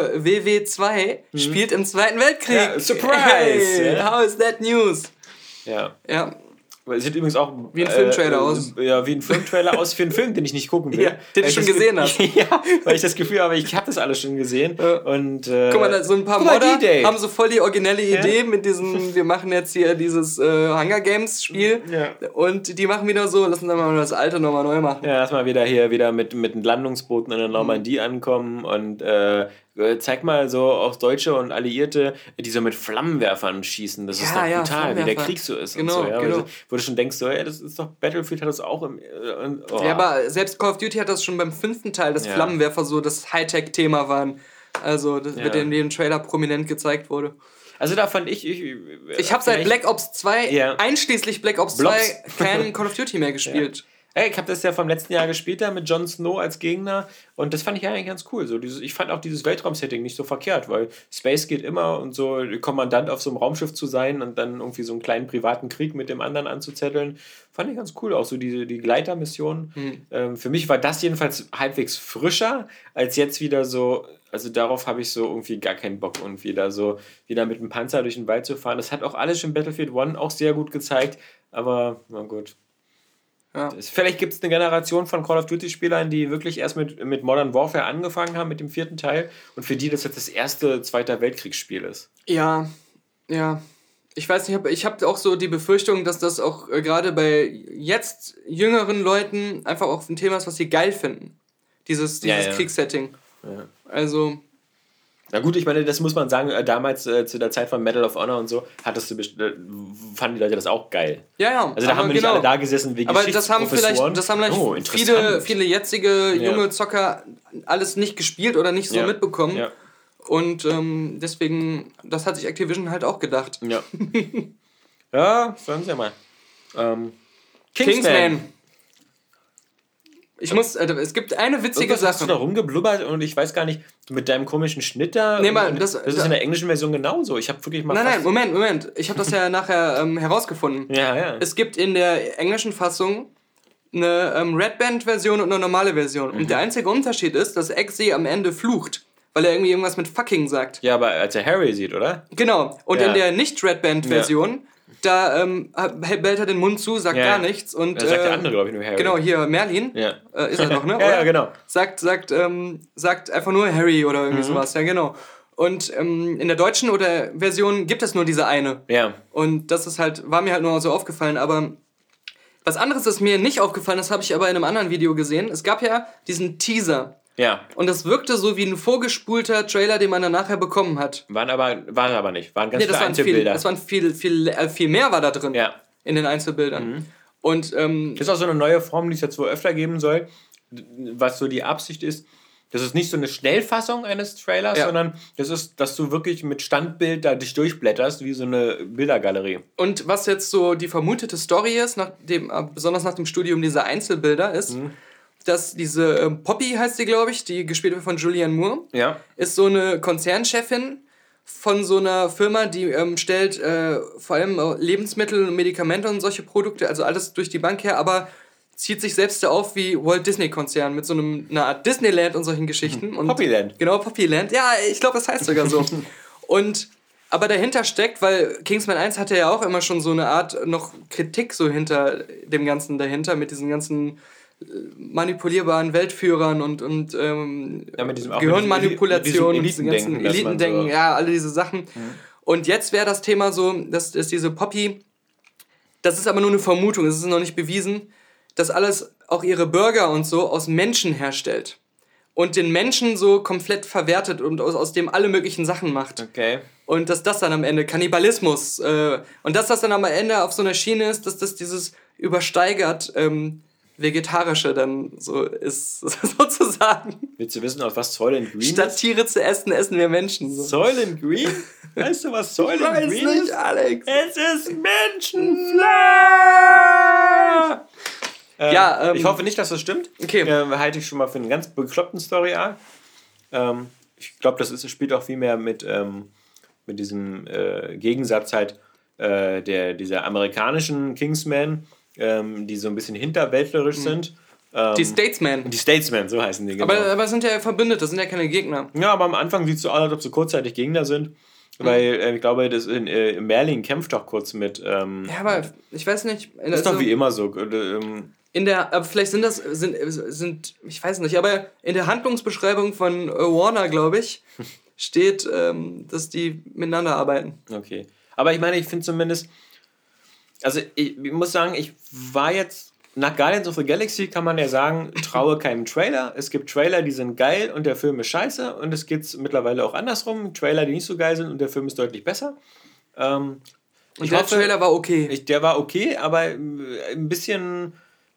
WW2 spielt im Zweiten Weltkrieg. Ja, Surprise! Hey, how is that news? Ja. Ja. Es sieht übrigens auch wie ein Filmtrailer aus. Ja, wie ein Filmtrailer aus für einen Film, den ich nicht gucken will. Ja, den du schon gesehen hast. Ja, weil ich das Gefühl habe, ich habe das alles schon gesehen. Und, guck mal, so ein paar Modder haben so voll die originelle Idee mit diesem, wir machen jetzt hier dieses Hunger Games Spiel und die machen wieder so, lassen wir mal das alte nochmal neu machen. Ja, lass mal wieder mit einem Landungsbooten in der Normandie ankommen und zeig mal so auch Deutsche und Alliierte, die so mit Flammenwerfern schießen. Das ist doch brutal, wie der Krieg so ist. Genau, und so, genau. Wo du schon denkst, so, das ist doch, Battlefield hat das auch im... Ja, aber selbst Call of Duty hat das schon beim 5. Teil, dass Flammenwerfer so das Hightech-Thema waren. Also, das mit dem im Trailer prominent gezeigt wurde. Also da fand ich habe seit Black Ops 2, einschließlich Black Ops 2, kein Call of Duty mehr gespielt. Ey, ich habe das ja vom letzten Jahr gespielt da mit Jon Snow als Gegner und das fand ich eigentlich ganz cool. So ich fand auch dieses Weltraum-Setting nicht so verkehrt, weil Space geht immer und so Kommandant auf so einem Raumschiff zu sein und dann irgendwie so einen kleinen privaten Krieg mit dem anderen anzuzetteln, fand ich ganz cool. Auch so die Gleitermission. Für mich war das jedenfalls halbwegs frischer als jetzt wieder so. Also darauf habe ich so irgendwie gar keinen Bock, irgendwie da so wieder mit dem Panzer durch den Wald zu fahren. Das hat auch alles schon Battlefield 1 auch sehr gut gezeigt, aber na gut. Ja. Vielleicht gibt es eine Generation von Call of Duty-Spielern, die wirklich erst mit Modern Warfare angefangen haben, mit dem 4. Teil, und für die das jetzt das erste Zweiter Weltkriegsspiel ist. Ja. Ich weiß nicht, ich habe auch so die Befürchtung, dass das auch gerade bei jetzt jüngeren Leuten einfach auch ein Thema ist, was sie geil finden. Dieses Kriegssetting. Ja. Also... Na gut, ich meine, das muss man sagen, damals zu der Zeit von Medal of Honor und so, fanden die Leute das auch geil. Ja. Also da haben wir nicht alle da gesessen wie Geschichtsprofessoren. Aber das haben vielleicht viele jetzige junge Zocker alles nicht gespielt oder nicht so mitbekommen. Ja. Und deswegen, das hat sich Activision halt auch gedacht. Ja. Ja, sagen Sie ja mal. Kingsman. Es gibt eine witzige Sache. Hast du da rumgeblubbert und ich weiß gar nicht, mit deinem komischen Schnitt da? Nee, das ist in der englischen Version genauso. Ich habe wirklich mal... Nein, Moment. Ich habe das ja nachher herausgefunden. Ja. Es gibt in der englischen Fassung eine Red Band-Version und eine normale Version. Und der einzige Unterschied ist, dass Eggsy am Ende flucht, weil er irgendwie irgendwas mit fucking sagt. Ja, aber als er Harry sieht, oder? Genau. Und in der Nicht-Red Band-Version... Da bellt er den Mund zu, sagt gar nichts. Und, sagt der andere, glaube ich, nur Harry. Genau, hier, Merlin. Ja. Ist er doch, ne? Ja, genau. Sagt einfach nur Harry oder irgendwie sowas. Ja, genau. Und in der deutschen oder Version gibt es nur diese eine. Ja. Und das ist halt, war mir halt nur so aufgefallen. Aber was anderes ist mir nicht aufgefallen, das habe ich aber in einem anderen Video gesehen. Es gab ja diesen Teaser. Ja. Und das wirkte so wie ein vorgespulter Trailer, den man dann nachher bekommen hat. Waren aber nicht. Waren ganz viele Einzelbilder. Das waren viel mehr war da drin. Ja. In den Einzelbildern. Und das ist auch so eine neue Form, die es jetzt wohl öfter geben soll, was so die Absicht ist. Das ist nicht so eine Schnellfassung eines Trailers, sondern das ist, dass du wirklich mit Standbild da dich durchblätterst, wie so eine Bildergalerie. Und was jetzt so die vermutete Story ist, besonders nach dem Studium dieser Einzelbilder, ist, dass diese Poppy heißt sie, glaube ich, die gespielt wird von Julianne Moore, ist so eine Konzernchefin von so einer Firma, die stellt vor allem Lebensmittel und Medikamente und solche Produkte, also alles durch die Bank her, aber zieht sich selbst da auf wie Walt Disney-Konzern mit so einer Art Disneyland und solchen Geschichten. Und Poppyland. Genau, Poppyland. Ja, ich glaube, das heißt sogar so. Aber dahinter steckt, weil Kingsman 1 hatte ja auch immer schon so eine Art noch Kritik so hinter dem Ganzen dahinter, mit diesen ganzen manipulierbaren Weltführern und Gehirnmanipulation und diesen ganzen Elitendenken, so. Ja, alle diese Sachen. Und jetzt wäre das Thema so, dass diese Poppy, das ist aber nur eine Vermutung, es ist noch nicht bewiesen, dass alles, auch ihre Burger und so, aus Menschen herstellt. Und den Menschen so komplett verwertet und aus dem alle möglichen Sachen macht. Okay. Und dass das dann am Ende Kannibalismus, und dass das dann am Ende auf so einer Schiene ist, dass das dieses übersteigert Vegetarische dann so ist, sozusagen. Willst du wissen, auf was Soylent Green Statt ist? Tiere zu essen, essen wir Menschen. So. Soylent Green? Weißt du, was Soylent Green ist? Ich weiß nicht, Alex. Es ist Menschenfleisch! Ich hoffe nicht, dass das stimmt. Okay. Halte ich schon mal für einen ganz bekloppten Story-Arc. Ich glaube, spielt auch viel mehr mit diesem Gegensatz halt dieser amerikanischen Kingsmen, die so ein bisschen hinterwäldlerisch sind. Die Statesmen. Die Statesmen, so heißen die, genau. Aber es sind ja Verbündete, sind ja keine Gegner. Ja, aber am Anfang sieht es so aus, als ob sie kurzzeitig Gegner sind. Weil ich glaube, Merlin kämpft doch kurz mit. Ja, aber ich weiß nicht. Das ist doch wie immer so. Aber vielleicht sind, ich weiß nicht, aber in der Handlungsbeschreibung von Warner, glaube ich, steht, dass die miteinander arbeiten. Okay. Aber ich meine, ich finde zumindest, also ich muss sagen, ich war jetzt, nach Guardians of the Galaxy kann man ja sagen, traue keinem Trailer. Es gibt Trailer, die sind geil und der Film ist scheiße. Und es geht mittlerweile auch andersrum. Trailer, die nicht so geil sind und der Film ist deutlich besser. Und der Trailer war okay. Der war okay, aber ein bisschen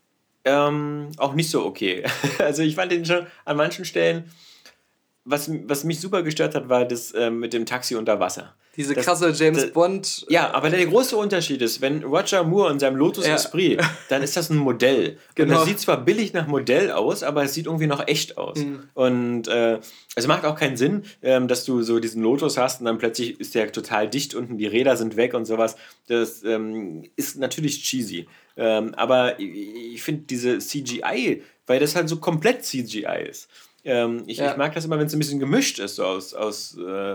auch nicht so okay. Also ich fand den schon an manchen Stellen, was mich super gestört hat, war das mit dem Taxi unter Wasser. Diese krasse James Bond... Ja, aber der große Unterschied ist, wenn Roger Moore in seinem Lotus Esprit, dann ist das ein Modell. Genau. Und das sieht zwar billig nach Modell aus, aber es sieht irgendwie noch echt aus. Und es macht auch keinen Sinn, dass du so diesen Lotus hast und dann plötzlich ist der total dicht unten, die Räder sind weg und sowas. Das ist natürlich cheesy. Aber ich finde diese CGI, weil das halt so komplett CGI ist. Ich mag das immer, wenn es ein bisschen gemischt ist. So was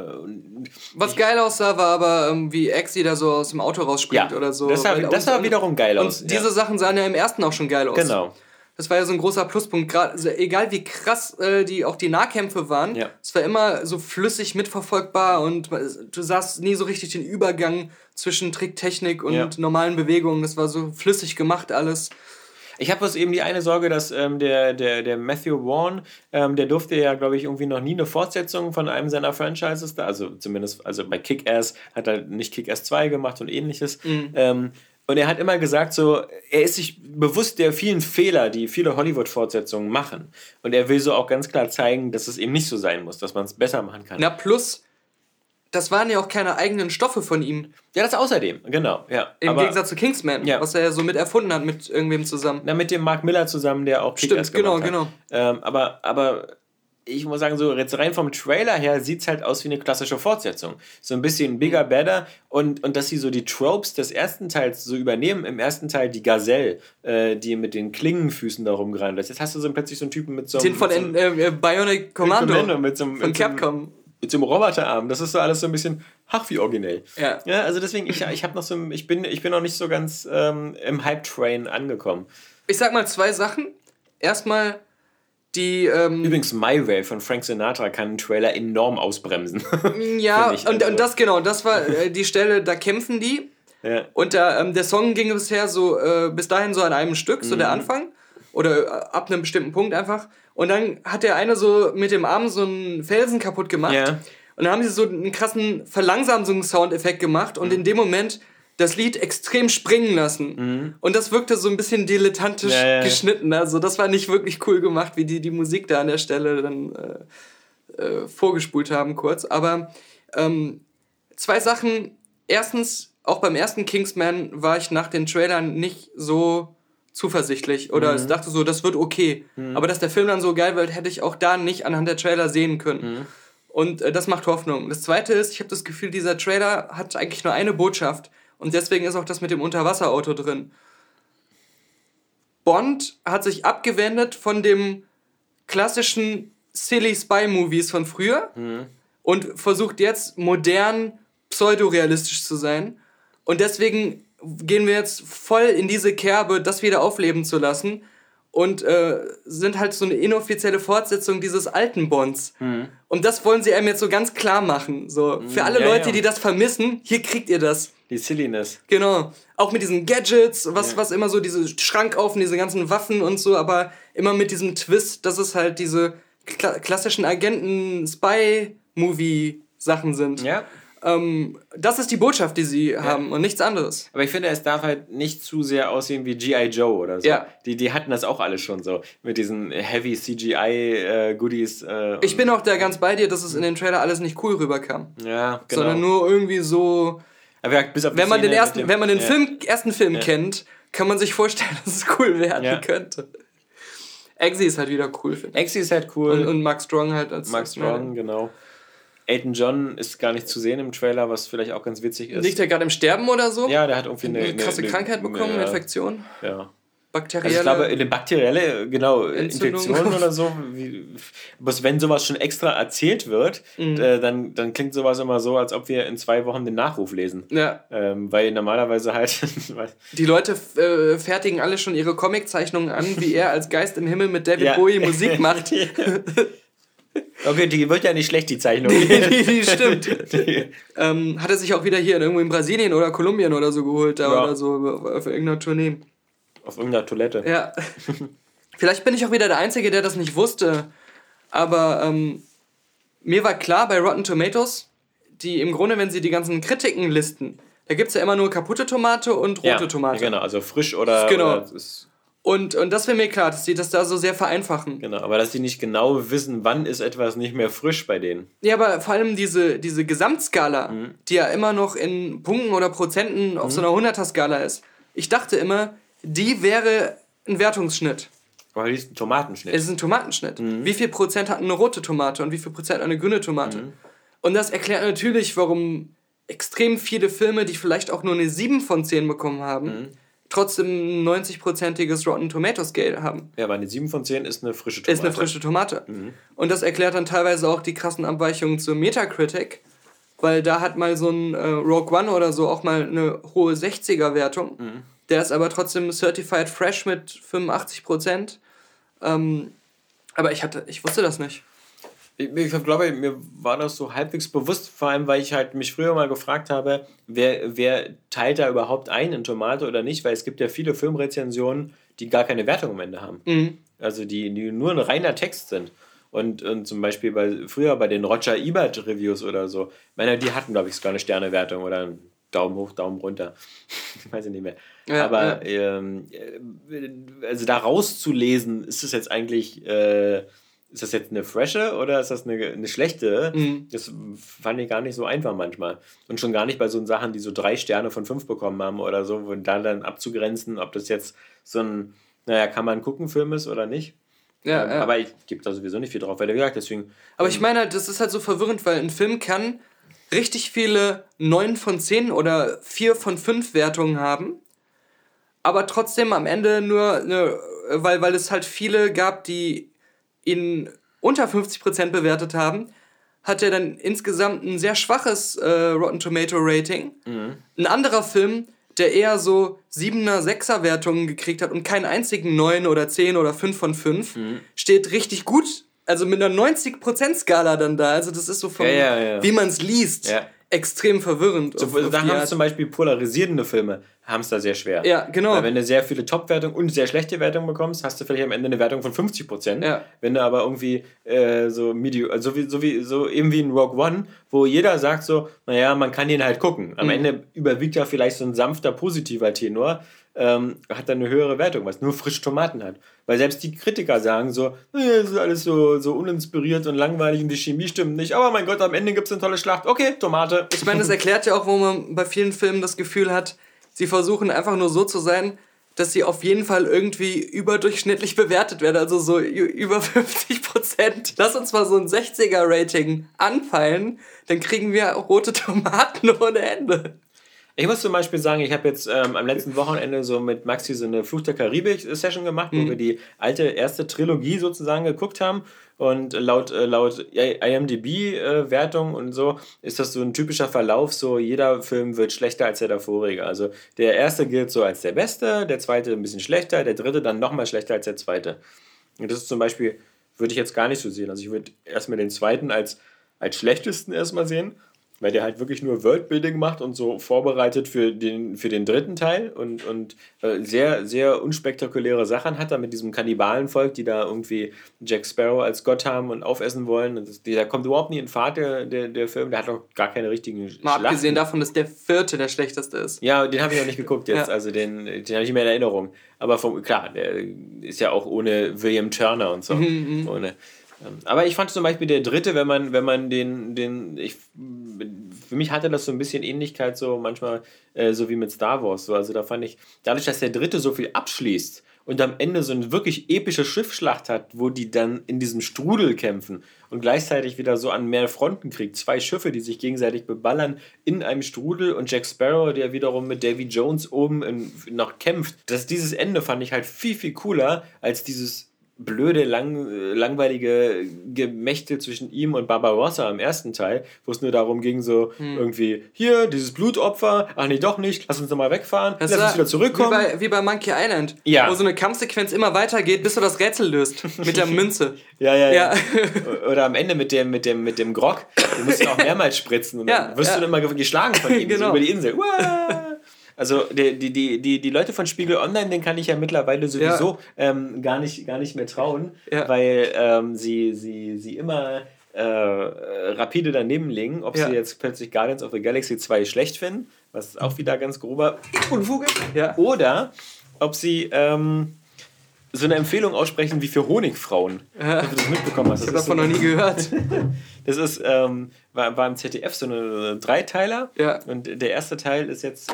geil aussah, war aber wie Exi da so aus dem Auto rausspringt oder so. Das sah wiederum geil aus. Und diese Sachen sahen ja im ersten auch schon geil aus. Genau. Das war ja so ein großer Pluspunkt. Gerade, also egal wie krass auch die Nahkämpfe waren, es war immer so flüssig mitverfolgbar und du sahst nie so richtig den Übergang zwischen Tricktechnik und normalen Bewegungen. Das war so flüssig gemacht alles. Ich habe bloß eben die eine Sorge, dass der Matthew Vaughn, der durfte ja, glaube ich, irgendwie noch nie eine Fortsetzung von einem seiner Franchises da, also zumindest bei Kick-Ass hat er nicht Kick-Ass 2 gemacht und ähnliches. Und er hat immer gesagt, so, er ist sich bewusst der vielen Fehler, die viele Hollywood-Fortsetzungen machen. Und er will so auch ganz klar zeigen, dass es eben nicht so sein muss, dass man es besser machen kann. Na plus, das waren ja auch keine eigenen Stoffe von ihm. Ja, das außerdem, genau. Ja. Im Gegensatz zu Kingsman, was er ja so mit erfunden hat mit irgendwem zusammen. Na, mit dem Mark Miller zusammen, der auch Kick-Ass gemacht hat. Genau. Aber ich muss sagen, so jetzt rein vom Trailer her sieht es halt aus wie eine klassische Fortsetzung. So ein bisschen bigger, better und dass sie so die Tropes des ersten Teils so übernehmen. Im ersten Teil die Gazelle, die mit den Klingenfüßen da rumgerannt ist. Jetzt hast du so plötzlich so einen Typen mit so einem... Den von Bionic Commando von Capcom. Mit so einem Roboterarm. Das ist so alles so ein bisschen wie originell. Ja, also deswegen, ich habe noch so... Ich bin noch nicht so ganz im Hype-Train angekommen. Ich sag mal 2 Sachen. Erstmal... Übrigens, My Way von Frank Sinatra kann einen Trailer enorm ausbremsen. Ja, und das das war die Stelle, da kämpfen die. Ja. Und der Song ging bisher so bis dahin so an einem Stück, so der Anfang. Oder ab einem bestimmten Punkt einfach. Und dann hat der eine so mit dem Arm so einen Felsen kaputt gemacht. Ja. Und dann haben sie so einen krassen Verlangsamungssoundeffekt gemacht. Und in dem Moment das Lied extrem springen lassen. Und das wirkte so ein bisschen dilettantisch geschnitten. Also das war nicht wirklich cool gemacht, wie die Musik da an der Stelle dann vorgespult haben kurz. Aber 2 Sachen. Erstens, auch beim ersten Kingsman war ich nach den Trailern nicht so zuversichtlich oder ich dachte so, das wird okay. Aber dass der Film dann so geil wird, hätte ich auch da nicht anhand der Trailer sehen können. Und das macht Hoffnung. Das Zweite ist, ich habe das Gefühl, dieser Trailer hat eigentlich nur eine Botschaft und deswegen ist auch das mit dem Unterwasserauto drin. Bond hat sich abgewendet von dem klassischen Silly Spy-Movies von früher und versucht jetzt modern pseudorealistisch zu sein. Und deswegen gehen wir jetzt voll in diese Kerbe, das wieder aufleben zu lassen und sind halt so eine inoffizielle Fortsetzung dieses alten Bonds. Und das wollen sie einem jetzt so ganz klar machen. So, für alle Leute, die das vermissen, hier kriegt ihr das. Die Silliness. Genau. Auch mit diesen Gadgets, was immer so, diese Schrankaufen, diese ganzen Waffen und so, aber immer mit diesem Twist, dass es halt diese klassischen Agenten-Spy-Movie-Sachen sind. Ja. Das ist die Botschaft, die sie haben und nichts anderes. Aber ich finde, es darf halt nicht zu sehr aussehen wie G.I. Joe oder so. Ja. Die hatten das auch alle schon so. Mit diesen Heavy CGI-Goodies. Ich bin auch da ganz bei dir, dass es in den Trailer alles nicht cool rüberkam. Ja, genau. Sondern nur irgendwie so... Aber bis auf die wenn man Szene den ersten Film kennt, kann man sich vorstellen, dass es cool werden könnte. Eggsy ist halt wieder cool, finde ich. Eggsy ist halt cool. Und Mark Strong halt als... Mark Strong, genau. Elton John ist gar nicht zu sehen im Trailer, was vielleicht auch ganz witzig ist. Liegt er gerade im Sterben oder so? Ja, der hat irgendwie eine krasse Krankheit bekommen, eine Infektion. Ja. Bakterielle. Also ich glaube, eine bakterielle, Infektion oder so. Wenn sowas schon extra erzählt wird, dann klingt sowas immer so, als ob wir in 2 Wochen den Nachruf lesen. Ja. Weil normalerweise halt... Die Leute fertigen alle schon ihre Comiczeichnungen an, wie er als Geist im Himmel mit David Bowie Musik macht. Okay, die wird ja nicht schlecht, die Zeichnung. die stimmt. Hat er sich auch wieder hier irgendwo in Brasilien oder Kolumbien oder so geholt, oder so auf irgendeiner Tournee. Auf irgendeiner Toilette. Ja. Vielleicht bin ich auch wieder der Einzige, der das nicht wusste, aber mir war klar bei Rotten Tomatoes, die im Grunde, wenn sie die ganzen Kritiken listen, da gibt es ja immer nur kaputte Tomate und rote Tomate. Ja, genau, also frisch oder... Genau. Oder und das wäre mir klar, dass die das da so sehr vereinfachen. Genau, aber dass die nicht genau wissen, wann ist etwas nicht mehr frisch bei denen. Ja, aber vor allem diese Gesamtskala, die ja immer noch in Punkten oder Prozenten auf so einer 100er-Skala ist. Ich dachte immer, die wäre ein Wertungsschnitt. Aber die ist ein Tomatenschnitt. Es ist ein Tomatenschnitt. Wie viel Prozent hat eine rote Tomate und wie viel Prozent eine grüne Tomate? Und das erklärt natürlich, warum extrem viele Filme, die vielleicht auch nur eine 7 von 10 bekommen haben, trotzdem ein 90%iges Rotten Tomatoes Scale haben. Ja, aber eine 7 von 10 ist eine frische Tomate. Ist eine frische Tomate. Und das erklärt dann teilweise auch die krassen Abweichungen zur Metacritic, weil da hat mal so ein Rogue One oder so auch mal eine hohe 60er-Wertung. Der ist aber trotzdem Certified Fresh mit 85%. Aber ich wusste das nicht. Ich glaube, mir war das so halbwegs bewusst, vor allem, weil ich halt mich früher mal gefragt habe, wer teilt da überhaupt ein in Tomate oder nicht, weil es gibt ja viele Filmrezensionen, die gar keine Wertung am Ende haben. Also die nur ein reiner Text sind. Und zum Beispiel früher bei den Roger Ebert Reviews oder so, die hatten, glaube ich, sogar eine Sternewertung oder einen Daumen hoch, Daumen runter. Ich weiß nicht mehr. Ja, aber also da rauszulesen, ist das jetzt eigentlich... ist das jetzt eine frische oder ist das eine schlechte? Das fand ich gar nicht so einfach manchmal. Und schon gar nicht bei so Sachen, die so 3 Sterne von 5 bekommen haben oder so, und dann abzugrenzen, ob das jetzt so ein, kann man gucken, Film ist oder nicht. Ja. Aber ich gebe da sowieso nicht viel drauf, weil wie gesagt, deswegen... Aber ich meine halt, das ist halt so verwirrend, weil ein Film kann richtig viele 9 von 10 oder 4 von 5 Wertungen haben, aber trotzdem am Ende nur, weil es halt viele gab, die ihn unter 50% bewertet haben, hat er dann insgesamt ein sehr schwaches Rotten Tomato Rating. Ein anderer Film, der eher so 7er, 6er Wertungen gekriegt hat und keinen einzigen 9 oder 10 oder 5 von 5, steht richtig gut, also mit einer 90% Skala dann da. Also das ist so von, wie man es liest, extrem verwirrend. Da haben es zum Beispiel polarisierende Filme, haben es da sehr schwer. Ja, genau. Weil wenn du sehr viele Top-Wertungen und sehr schlechte Wertungen bekommst, hast du vielleicht am Ende eine Wertung von 50%. Ja. Wenn du aber irgendwie so eben wie in Rogue One, wo jeder sagt so, man kann den halt gucken. Am Ende überwiegt ja vielleicht so ein sanfter, positiver Tenor, hat dann eine höhere Wertung, was nur frische Tomaten hat. Weil selbst die Kritiker sagen so, das ist alles so uninspiriert und langweilig und die Chemie stimmt nicht, aber mein Gott, am Ende gibt es eine tolle Schlacht. Okay, Tomate. Ich meine, das erklärt ja auch, wo man bei vielen Filmen das Gefühl hat, sie versuchen einfach nur so zu sein, dass sie auf jeden Fall irgendwie überdurchschnittlich bewertet werden, also so über 50%. Lass uns mal so ein 60er-Rating anpeilen, dann kriegen wir rote Tomaten ohne Ende. Ich muss zum Beispiel sagen, ich habe jetzt am letzten Wochenende so mit Maxi so eine Fluch der Karibik-Session gemacht, wo wir die alte erste Trilogie sozusagen geguckt haben. Und laut IMDb-Wertung und so ist das so ein typischer Verlauf, so jeder Film wird schlechter als der davorige. Also der erste gilt so als der beste, der zweite ein bisschen schlechter, der dritte dann nochmal schlechter als der zweite. Und das ist zum Beispiel, würde ich jetzt gar nicht so sehen. Also ich würde erstmal den zweiten als schlechtesten erstmal sehen, weil der halt wirklich nur Worldbuilding macht und so vorbereitet für den dritten Teil und sehr, sehr unspektakuläre Sachen hat, da mit diesem Kannibalenvolk, die da irgendwie Jack Sparrow als Gott haben und aufessen wollen. Und der kommt überhaupt nie in Fahrt, der Film, der hat auch gar keine richtigen Mal abgesehen davon, dass der vierte der schlechteste ist. Ja, den habe ich noch nicht geguckt jetzt, also den habe ich nicht mehr in Erinnerung. Aber klar, der ist ja auch ohne William Turner und so. Aber ich fand zum Beispiel der dritte, wenn man für mich hatte das so ein bisschen Ähnlichkeit so manchmal so wie mit Star Wars. So. Also da fand ich, dadurch, dass der dritte so viel abschließt und am Ende so eine wirklich epische Schiffsschlacht hat, wo die dann in diesem Strudel kämpfen und gleichzeitig wieder so an mehr Fronten kriegt. 2 Schiffe, die sich gegenseitig beballern in einem Strudel und Jack Sparrow, der wiederum mit Davy Jones oben noch kämpft. Dieses Ende fand ich halt viel, viel cooler als dieses blöde, langweilige Gemächte zwischen ihm und Barbarossa im ersten Teil, wo es nur darum ging, so irgendwie, hier, dieses Blutopfer, ach nee, doch nicht, lass uns nochmal wegfahren, lass uns wieder zurückkommen. Wie bei Monkey Island, ja. Wo so eine Kampfsequenz immer weitergeht, bis du das Rätsel löst, mit der Münze. Ja. Oder am Ende mit dem Grog, den musst du auch mehrmals spritzen und dann wirst du dann immer geschlagen von ihm, so über die Insel. Also die Leute von Spiegel Online, den kann ich ja mittlerweile sowieso gar nicht mehr trauen, weil sie immer rapide daneben liegen, ob sie jetzt plötzlich Guardians of the Galaxy 2 schlecht finden, was auch wieder ganz grober Unfug ist, oder ob sie so eine Empfehlung aussprechen wie für Honigfrauen. Wenn du das mitbekommen hast. Ich habe davon noch nie gehört. Das ist, war im ZDF so eine Dreiteiler. Ja. Und der erste Teil ist jetzt...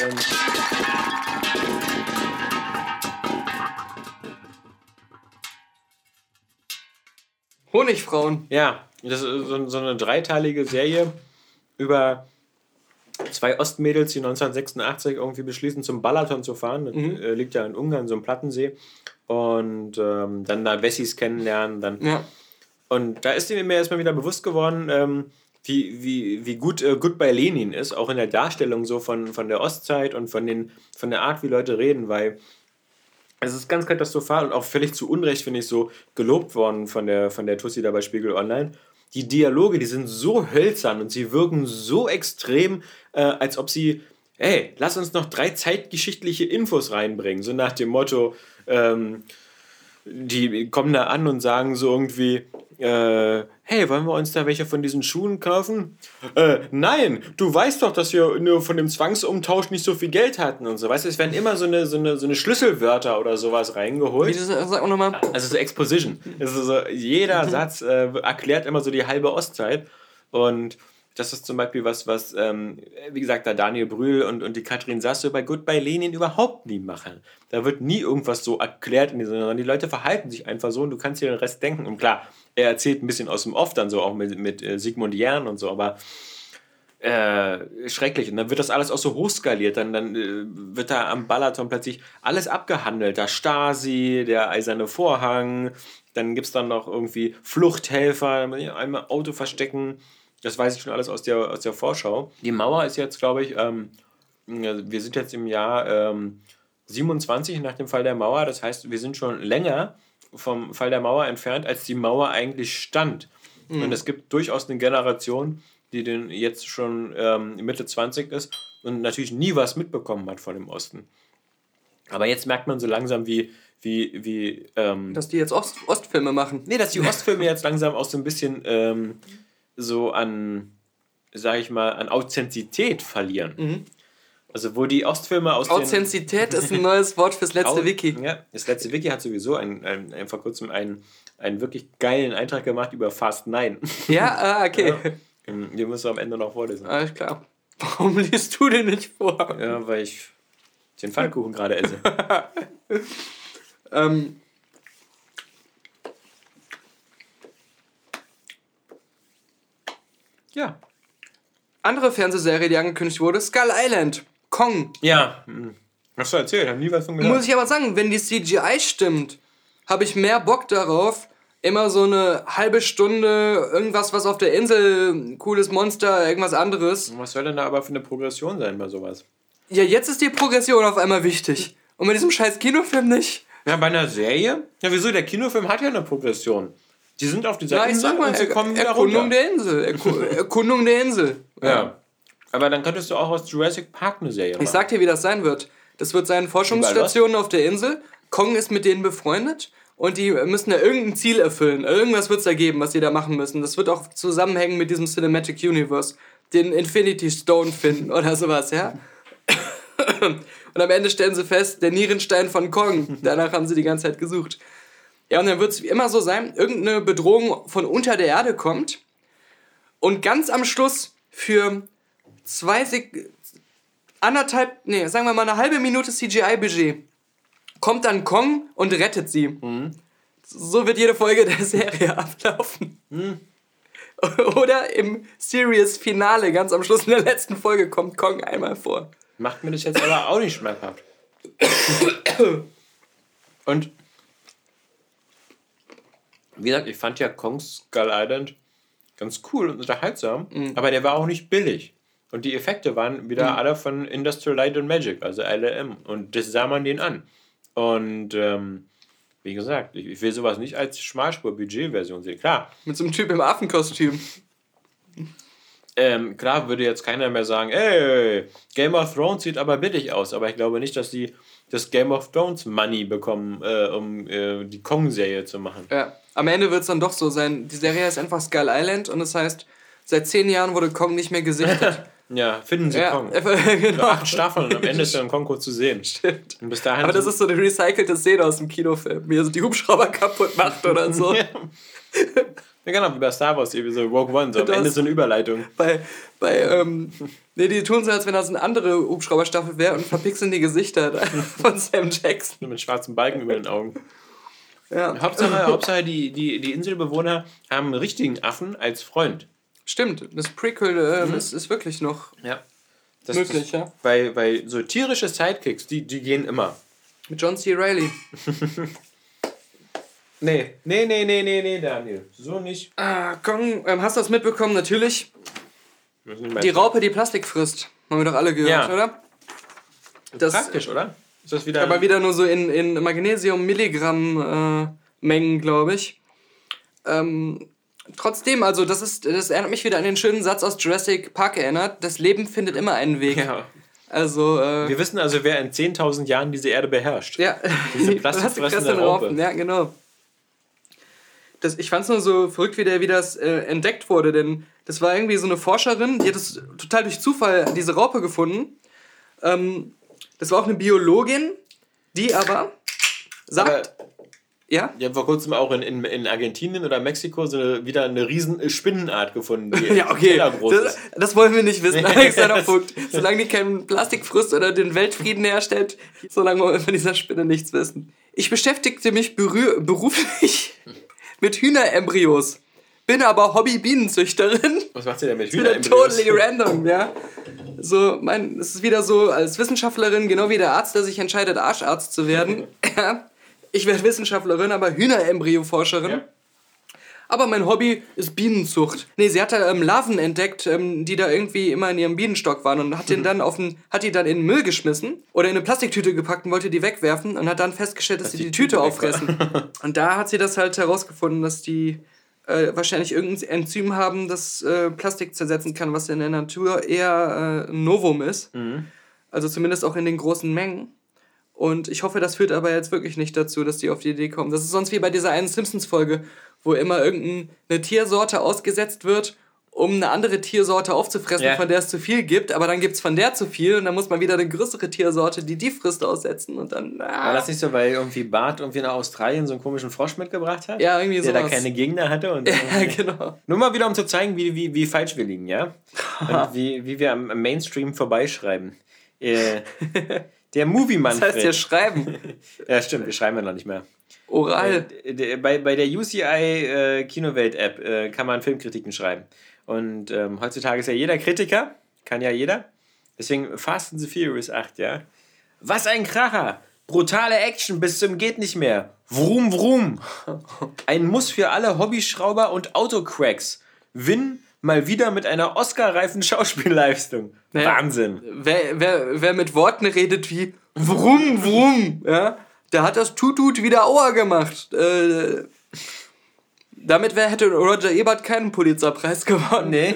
Honigfrauen. Ja, das ist so eine dreiteilige Serie über 2 Ostmädels, die 1986 irgendwie beschließen, zum Balaton zu fahren. Das liegt ja in Ungarn, so ein Plattensee. Und dann da Wessis kennenlernen. Und da ist mir erstmal wieder bewusst geworden, wie gut Goodbye Lenin ist, auch in der Darstellung so von der Ostzeit und von der Art, wie Leute reden, weil es ist ganz katastrophal und auch völlig zu Unrecht, finde ich, so gelobt worden von der Tussi da bei Spiegel Online. Die Dialoge, die sind so hölzern und sie wirken so extrem, als ob sie, hey, lass uns noch 3 zeitgeschichtliche Infos reinbringen, so nach dem Motto, die kommen da an und sagen so irgendwie, hey, wollen wir uns da welche von diesen Schuhen kaufen? Nein, du weißt doch, dass wir nur von dem Zwangsumtausch nicht so viel Geld hatten und so. Weißt du, es werden immer so eine Schlüsselwörter oder sowas reingeholt. Sag nochmal. Also so Exposition. Also so, jeder Satz erklärt immer so die halbe Ostzeit. Und das ist zum Beispiel was wie gesagt, da Daniel Brühl und die Katrin Sasse bei Goodbye Lenin überhaupt nie machen. Da wird nie irgendwas so erklärt, sondern die Leute verhalten sich einfach so und du kannst dir den Rest denken. Und klar, er erzählt ein bisschen aus dem Off dann so, auch mit Sigmund Jähn und so, aber schrecklich. Und dann wird das alles auch so hochskaliert. Dann wird da am Balaton plötzlich alles abgehandelt. Da Stasi, der eiserne Vorhang, dann gibt es dann noch irgendwie Fluchthelfer, einmal Auto verstecken. Das weiß ich schon alles aus der Vorschau. Die Mauer ist jetzt, glaube ich, wir sind jetzt im Jahr 27 nach dem Fall der Mauer. Das heißt, wir sind schon länger vom Fall der Mauer entfernt, als die Mauer eigentlich stand. Und es gibt durchaus eine Generation, die denn jetzt schon Mitte 20 ist und natürlich nie was mitbekommen hat von dem Osten. Aber jetzt merkt man so langsam, wie dass die jetzt Ostfilme machen. Nee, dass die Ostfilme jetzt langsam auch so ein bisschen so an, sag ich mal, an Authentizität verlieren. Also wo die Ostfilme aus Authentizität ist ein neues Wort fürs letzte Wiki. Ja, das letzte Wiki hat sowieso vor kurzem einen wirklich geilen Eintrag gemacht über Fast 9. Ja, okay. Ja, den musst du am Ende noch vorlesen. Alles klar. Warum liest du den nicht vor? Ja, weil ich ich den Pfannkuchen gerade esse. Ja. Andere Fernsehserie, die angekündigt wurde, Skull Island. Kong. Ja. Hast du erzählt? Hab nie was von gehört. Muss ich aber sagen, wenn die CGI stimmt, habe ich mehr Bock darauf, immer so eine halbe Stunde irgendwas, was auf der Insel, ein cooles Monster, irgendwas anderes. Was soll denn da aber für eine Progression sein bei sowas? Ja, jetzt ist die Progression auf einmal wichtig. Und mit diesem scheiß Kinofilm nicht. Ja, bei einer Serie? Ja, wieso? Der Kinofilm hat ja eine Progression. Die sind auf dieser Insel und sie kommen wieder runter. Erkundung der Insel. Erkundung der Insel. Ja. Aber dann könntest du auch aus Jurassic Park eine Serie machen. Ich sag dir, wie das sein wird. Das wird sein Forschungsstationen auf der Insel. Kong ist mit denen befreundet. Und die müssen ja irgendein Ziel erfüllen. Irgendwas wird es da geben, was die da machen müssen. Das wird auch zusammenhängen mit diesem Cinematic Universe. Den Infinity Stone finden oder sowas, ja? Und am Ende stellen sie fest, der Nierenstein von Kong. Danach haben sie die ganze Zeit gesucht. Ja, und dann wird es wie immer so sein, irgendeine Bedrohung von unter der Erde kommt. Und ganz am Schluss für sagen wir mal eine halbe Minute CGI-Budget, kommt dann Kong und rettet sie. So wird jede Folge der Serie ablaufen. Oder im Series-Finale, ganz am Schluss in der letzten Folge, kommt Kong einmal vor. Macht mir das jetzt aber auch nicht schmackhaft. Und wie gesagt, ich fand ja Kong's Skull Island ganz cool und unterhaltsam, aber der war auch nicht billig. Und die Effekte waren wieder alle von Industrial Light and Magic, also ILM. Und das sah man denen an. Und wie gesagt, ich will sowas nicht als Schmalspur-Budget-Version sehen. Klar. Mit so einem Typ im Affenkostüm. Klar würde jetzt keiner mehr sagen, ey, Game of Thrones sieht aber billig aus. Aber ich glaube nicht, dass die das Game of Thrones Money bekommen, um die Kong-Serie zu machen. Ja, am Ende wird es dann doch so sein. Die Serie heißt einfach Skull Island und das heißt, seit 10 Jahren wurde Kong nicht mehr gesichtet. Ja, finden Sie Kong. Genau. 8 Staffeln und am Ende ist dann Kong kurz zu sehen. Stimmt. Und bis dahin aber das ist so eine recycelte Szene aus dem Kinofilm, wie er so die Hubschrauber kaputt macht oder so. Ja, genau, wie bei Star Wars, irgendwie so Rogue One, so am Ende so eine Überleitung. Die tun so, als wenn das eine andere Hubschrauberstaffel wäre und verpixeln die Gesichter von Sam Jackson. Mit schwarzen Balken über den Augen. Ja. Hauptsache die Inselbewohner haben einen richtigen Affen als Freund. Stimmt, das Prequel ist wirklich noch möglich, ja. Weil so tierische Sidekicks, die gehen immer. Mit John C. Reilly. Nee, Daniel. So nicht. Kong, hast du das mitbekommen? Natürlich. Die Raupe, die Plastik frisst. Haben wir doch alle gehört, oder? Das praktisch, oder? Ist das wieder... Aber wieder nur so in Magnesium-Milligramm-Mengen, glaube ich. Trotzdem, also das erinnert mich wieder an den schönen Satz aus Jurassic Park erinnert. Das Leben findet immer einen Weg. Ja. Also, wir wissen also, wer in 10.000 Jahren diese Erde beherrscht. Ja. Diese plastikfressende Raupe. Ja, genau. Ich fand's nur so verrückt, wie das entdeckt wurde, denn das war irgendwie so eine Forscherin, die hat das total durch Zufall, diese Raupe gefunden. Das war auch eine Biologin, die aber sagt... Ja? Die haben vor kurzem auch in Argentinien oder Mexiko wieder eine riesen Spinnenart gefunden, die ja, okay. groß ist. Das wollen wir nicht wissen, Alexander Vogt. Solange die keinen Plastik frisst oder den Weltfrieden herstellt, solange wollen wir von dieser Spinne nichts wissen. Ich beschäftigte mich beruflich mit Hühnerembryos. Bin aber Hobby-Bienenzüchterin. Was macht sie denn mit Hühnerembryos? Totally random, ja. So, es ist wieder so, als Wissenschaftlerin, genau wie der Arzt, der sich entscheidet, Arscharzt zu werden. Ich werde Wissenschaftlerin, aber Hühnerembryo-Forscherin. Ja. Aber mein Hobby ist Bienenzucht. Nee, sie hat da Larven entdeckt, die da irgendwie immer in ihrem Bienenstock waren und hat die dann in den Müll geschmissen oder in eine Plastiktüte gepackt und wollte die wegwerfen und hat dann festgestellt, dass sie die Tüte auffressen. Und da hat sie das halt herausgefunden, dass die wahrscheinlich irgendein Enzym haben, das Plastik zersetzen kann, was in der Natur eher ein Novum ist. Mhm. Also zumindest auch in den großen Mengen. Und ich hoffe, das führt aber jetzt wirklich nicht dazu, dass die auf die Idee kommen. Das ist sonst wie bei dieser einen Simpsons-Folge, wo immer irgendeine Tiersorte ausgesetzt wird, um eine andere Tiersorte aufzufressen, von der es zu viel gibt. Aber dann gibt es von der zu viel und dann muss man wieder eine größere Tiersorte, die frisst, aussetzen. Und dann... War das nicht so, weil irgendwie Bart irgendwie nach Australien so einen komischen Frosch mitgebracht hat? Ja, irgendwie so. Der da keine Gegner hatte. Und ja, genau. Nur mal wieder, um zu zeigen, wie falsch wir liegen, ja? Und wie wir am Mainstream vorbeischreiben. Der Movie-Manfred. Das heißt ja schreiben. Ja, stimmt, wir schreiben ja noch nicht mehr. Oral. Bei der UCI Kinowelt-App kann man Filmkritiken schreiben. Und heutzutage ist ja jeder Kritiker, kann ja jeder. Deswegen Fast and the Furious 8, ja. Was ein Kracher! Brutale Action bis zum geht nicht mehr. Vroom, vroom. Ein Muss für alle Hobbyschrauber und Autocracks. Win mal wieder mit einer Oscar-reifen Schauspielleistung. Naja, Wahnsinn. Wer mit Worten redet wie Vroom, vroom, ja, der hat das Tutut wieder Aua gemacht. Damit hätte Roger Ebert keinen Pulitzerpreis gewonnen. Nee.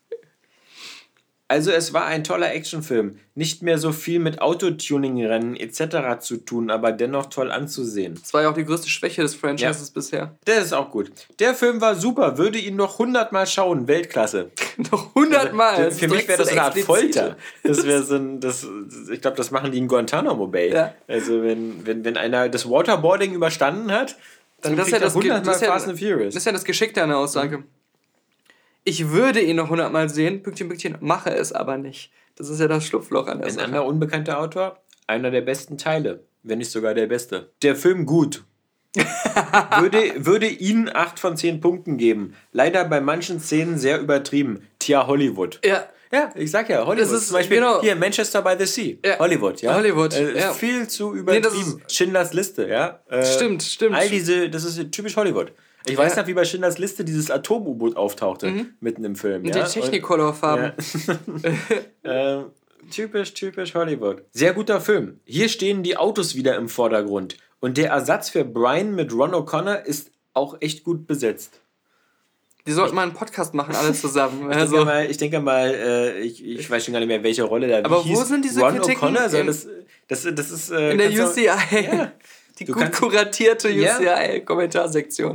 Also es war ein toller Actionfilm. Nicht mehr so viel mit Autotuning-Rennen etc. zu tun, aber dennoch toll anzusehen. Das war ja auch die größte Schwäche des Franchises bisher. Der ist auch gut. Der Film war super, würde ihn noch 100 Mal schauen. Weltklasse. Noch 100 Mal? Also, für mich wäre das eine Art Folter. Das wäre ich glaube, das machen die in Guantanamo Bay. Ja. Also wenn einer das Waterboarding überstanden hat, dann kriegt er 100 Mal Fast and Furious. Das ist ja das Geschickte an der Aussage. Ich würde ihn noch 100 Mal sehen, Pünktchen, mache es aber nicht. Das ist ja das Schlupfloch an der Sache. Ein anderer unbekannter Autor, einer der besten Teile, wenn nicht sogar der beste. Der Film gut. würde ihn 8 von 10 Punkten geben. Leider bei manchen Szenen sehr übertrieben. Tja, Hollywood. Ja. Ja, ich sag ja, Hollywood. Das ist zum Beispiel hier Manchester by the Sea. Ja. Hollywood, ja. Hollywood, ja. Viel zu übertrieben. Nee, Schindlers Liste, ja. Stimmt. All das ist typisch Hollywood. Ich weiß noch, wie bei Schindlers Liste dieses Atom-U-Boot auftauchte, mitten im Film. Mit den Technicolor-Farben. Ja. Typisch Hollywood. Sehr guter Film. Hier stehen die Autos wieder im Vordergrund. Und der Ersatz für Brian mit Ron O'Connor ist auch echt gut besetzt. Die sollten mal einen Podcast machen, alle zusammen. Ich denke mal, ich weiß schon gar nicht mehr, welche Rolle da aber hieß. Wo sind diese Ron Kritiken? O'Connor? Das ist... in der UCI. Ja. Die gut kuratierte UCI-Kommentarsektion.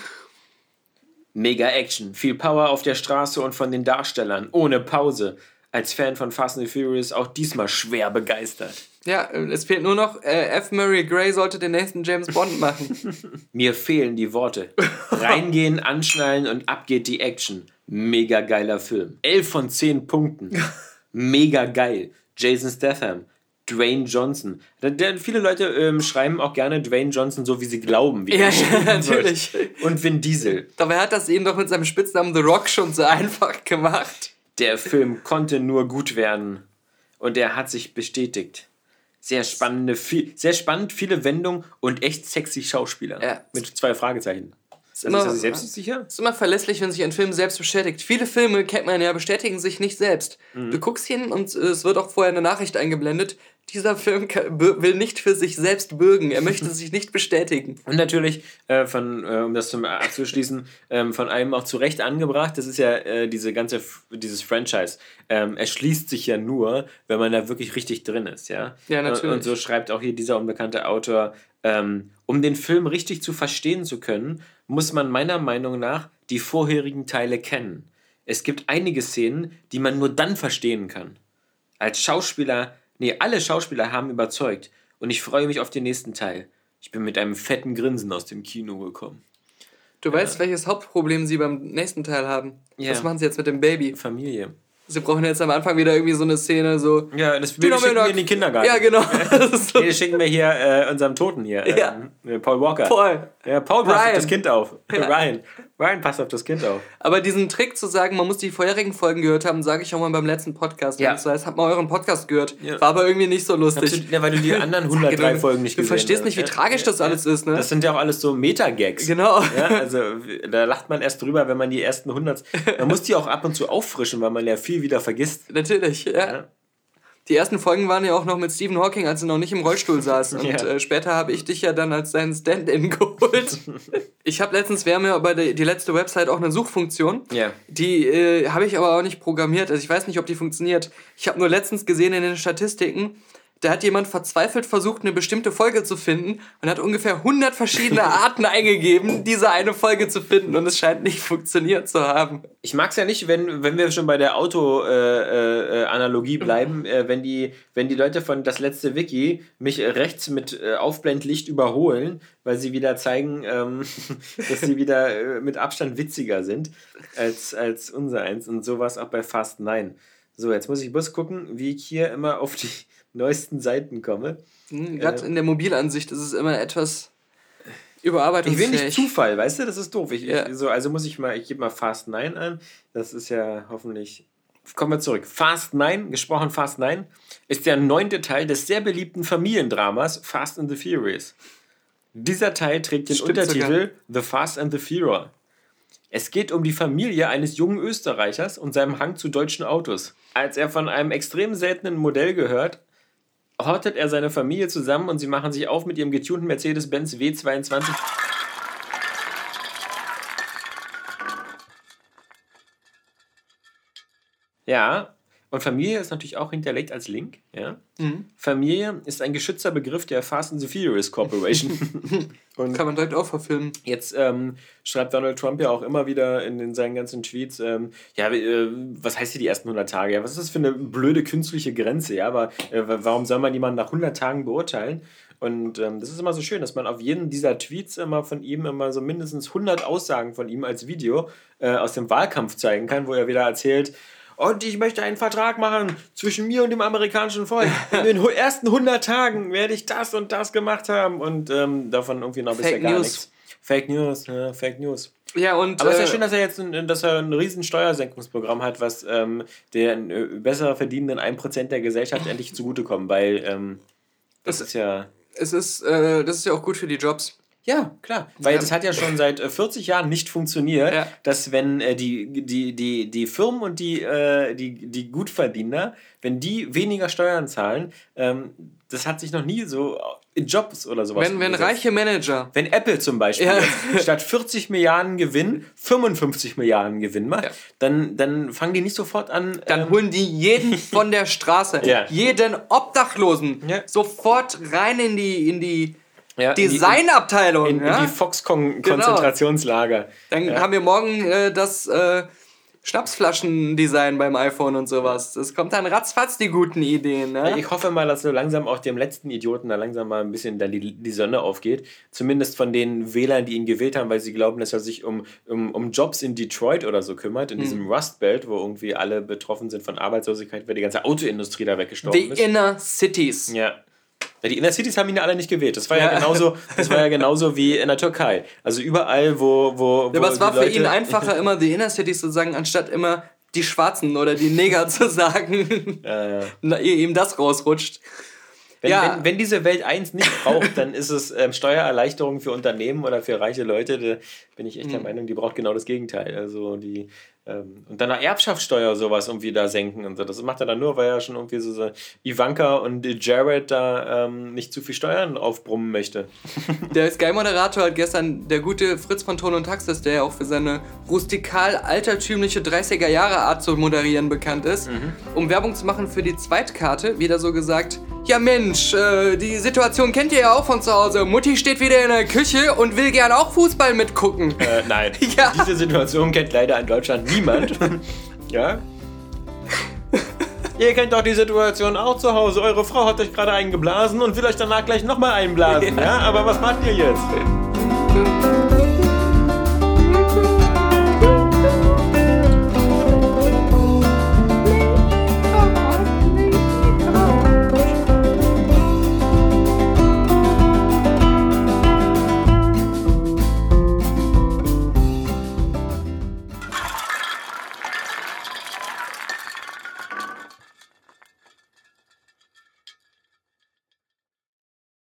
Mega Action, viel Power auf der Straße und von den Darstellern, ohne Pause. Als Fan von Fast and Furious auch diesmal schwer begeistert. Ja, es fehlt nur noch, F. Murray Gray sollte den nächsten James Bond machen. Mir fehlen die Worte. Reingehen, anschnallen und ab geht die Action. Mega geiler Film. 11 von 10 Punkten. Mega geil. Jason Statham. Dwayne Johnson. Viele Leute schreiben auch gerne Dwayne Johnson so, wie sie glauben. Wie ja, natürlich. Wird. Und Vin Diesel. Dabei hat das ihn doch mit seinem Spitznamen The Rock schon so einfach gemacht. Der Film konnte nur gut werden. Und er hat sich bestätigt. Sehr spannend, viele Wendungen und echt sexy Schauspieler. Ja. Mit 2 Fragezeichen. Ist er sich selbst sicher? Ist immer verlässlich, wenn sich ein Film selbst bestätigt. Viele Filme, kennt man ja, bestätigen sich nicht selbst. Du guckst hin und es wird auch vorher eine Nachricht eingeblendet. Dieser Film will nicht für sich selbst bürgen. Er möchte sich nicht bestätigen. Und natürlich, um das abzuschließen, von einem auch zu Recht angebracht, das ist ja dieses Franchise. Erschließt sich ja nur, wenn man da wirklich richtig drin ist. Ja, ja natürlich. Und so schreibt auch hier dieser unbekannte Autor, um den Film richtig zu verstehen zu können, muss man meiner Meinung nach die vorherigen Teile kennen. Es gibt einige Szenen, die man nur dann verstehen kann. Alle Schauspieler haben überzeugt und ich freue mich auf den nächsten Teil. Ich bin mit einem fetten Grinsen aus dem Kino gekommen. Du weißt, welches Hauptproblem sie beim nächsten Teil haben? Ja. Was machen sie jetzt mit dem Baby? Familie. Sie brauchen jetzt am Anfang wieder irgendwie so eine Szene, so... Ja, das schicken wir in den Kindergarten. Ja, genau. Das schicken wir hier unserem Toten hier, Paul Walker. Paul. Ja, Paul passt auf das Kind auf. Ja. Ryan passt auf das Kind auf. Aber diesen Trick zu sagen, man muss die vorherigen Folgen gehört haben, sage ich auch mal beim letzten Podcast. Ja. Das heißt, habt mal euren Podcast gehört. Ja. War aber irgendwie nicht so lustig. Weil du die anderen 103 Folgen nicht gesehen hast. Du verstehst nicht, wie tragisch das alles ist, ne? Das sind ja auch alles so Meta-Gags. Genau. Ja, also da lacht man erst drüber, wenn man die ersten 100... Man muss die auch ab und zu auffrischen, weil man ja viel wieder vergisst. Natürlich, ja. Die ersten Folgen waren ja auch noch mit Stephen Hawking, als er noch nicht im Rollstuhl saß. Und später habe ich dich ja dann als deinen Stand-in geholt. Wir haben ja bei die letzte Website auch eine Suchfunktion. Ja. Die habe ich aber auch nicht programmiert. Also ich weiß nicht, ob die funktioniert. Ich habe nur letztens gesehen in den Statistiken, da hat jemand verzweifelt versucht, eine bestimmte Folge zu finden und hat ungefähr 100 verschiedene Arten eingegeben, diese eine Folge zu finden. Und es scheint nicht funktioniert zu haben. Ich mag es ja nicht, wenn wir schon bei der Auto-Analogie bleiben, wenn die Leute von Das letzte Wiki mich rechts mit Aufblendlicht überholen, weil sie wieder zeigen, dass sie wieder mit Abstand witziger sind als unser eins. Und sowas auch bei Fast 9. So, jetzt muss ich bloß gucken, wie ich hier immer auf die neuesten Seiten komme. Gerade in der Mobilansicht ist es immer etwas überarbeitungsfähig. Ich will nicht Zufall, weißt du, das ist doof. Also ich gebe mal Fast 9 an. Das ist ja hoffentlich... Kommen wir zurück. Fast 9 ist der 9. Teil des sehr beliebten Familiendramas Fast and the Furious. Dieser Teil trägt den Untertitel The Fast and the Furious. Es geht um die Familie eines jungen Österreichers und seinem Hang zu deutschen Autos. Als er von einem extrem seltenen Modell gehört, hortet er seine Familie zusammen und sie machen sich auf mit ihrem getunten Mercedes-Benz W22. Ja, und Familie ist natürlich auch hinterlegt als Link. Ja? Familie ist ein geschützter Begriff der Fast and the Furious Corporation. Und kann man direkt auch verfilmen. Jetzt schreibt Donald Trump ja auch immer wieder in seinen ganzen Tweets, was heißt hier die ersten 100 Tage? Ja, was ist das für eine blöde künstliche Grenze? Ja, aber warum soll man jemanden nach 100 Tagen beurteilen? Und das ist immer so schön, dass man auf jeden dieser Tweets immer von ihm immer so mindestens 100 Aussagen von ihm als Video aus dem Wahlkampf zeigen kann, wo er wieder erzählt, und ich möchte einen Vertrag machen zwischen mir und dem amerikanischen Volk. In den ersten 100 Tagen werde ich das und das gemacht haben. Und davon irgendwie noch bisher gar nichts. Fake News. Ja, und, aber es ist ja schön, dass er ein riesen Steuersenkungsprogramm hat, was der besser verdienenden 1% der Gesellschaft endlich zugutekommt. Weil das ist ja auch gut für die Jobs. Ja, klar. Weil das hat ja schon seit 40 Jahren nicht funktioniert, dass wenn die Firmen und die Gutverdiener, wenn die weniger Steuern zahlen, das hat sich noch nie so in Jobs oder sowas. Wenn reiche Manager. Wenn Apple zum Beispiel statt 40 Milliarden Gewinn 55 Milliarden Gewinn macht, dann fangen die nicht sofort an. Dann holen die jeden von der Straße, jeden Obdachlosen sofort rein in die Designabteilung. In die Foxconn-Konzentrationslager. Dann haben wir morgen das Schnapsflaschendesign beim iPhone und sowas. Das kommt dann ratzfatz, die guten Ideen. Ne? Ich hoffe mal, dass so langsam auch dem letzten Idioten da langsam mal ein bisschen dann die Sonne aufgeht. Zumindest von den Wählern, die ihn gewählt haben, weil sie glauben, dass er sich um Jobs in Detroit oder so kümmert, in diesem Rust Belt, wo irgendwie alle betroffen sind von Arbeitslosigkeit, weil die ganze Autoindustrie da weggestorben ist. The Inner Cities. Ja, die Inner Cities haben ihn ja alle nicht gewählt. Das war ja genauso wie in der Türkei. Also überall, wo aber es war für ihn einfacher, immer die Inner Cities zu sagen, anstatt immer die Schwarzen oder die Neger zu sagen. Ihm das rausrutscht. Wenn diese Welt eins nicht braucht, dann ist es Steuererleichterung für Unternehmen oder für reiche Leute. Da bin ich echt der Meinung, die braucht genau das Gegenteil. Also und dann eine Erbschaftssteuer sowas irgendwie da senken und so. Das macht er dann nur, weil er schon irgendwie so Ivanka und Jared da nicht zu viel Steuern aufbrummen möchte. Der Sky-Moderator hat gestern, der gute Fritz von Ton und Taxis, der ja auch für seine rustikal altertümliche 30er-Jahre-Art zu moderieren bekannt ist, um Werbung zu machen für die Zweitkarte, wieder so gesagt, ja Mensch, die Situation kennt ihr ja auch von zu Hause. Mutti steht wieder in der Küche und will gern auch Fußball mitgucken. Nein, diese Situation kennt leider in Deutschland niemand. Ja? Ihr kennt doch die Situation auch zu Hause. Eure Frau hat euch gerade eingeblasen und will euch danach gleich nochmal einblasen. Ja? Aber was macht ihr jetzt?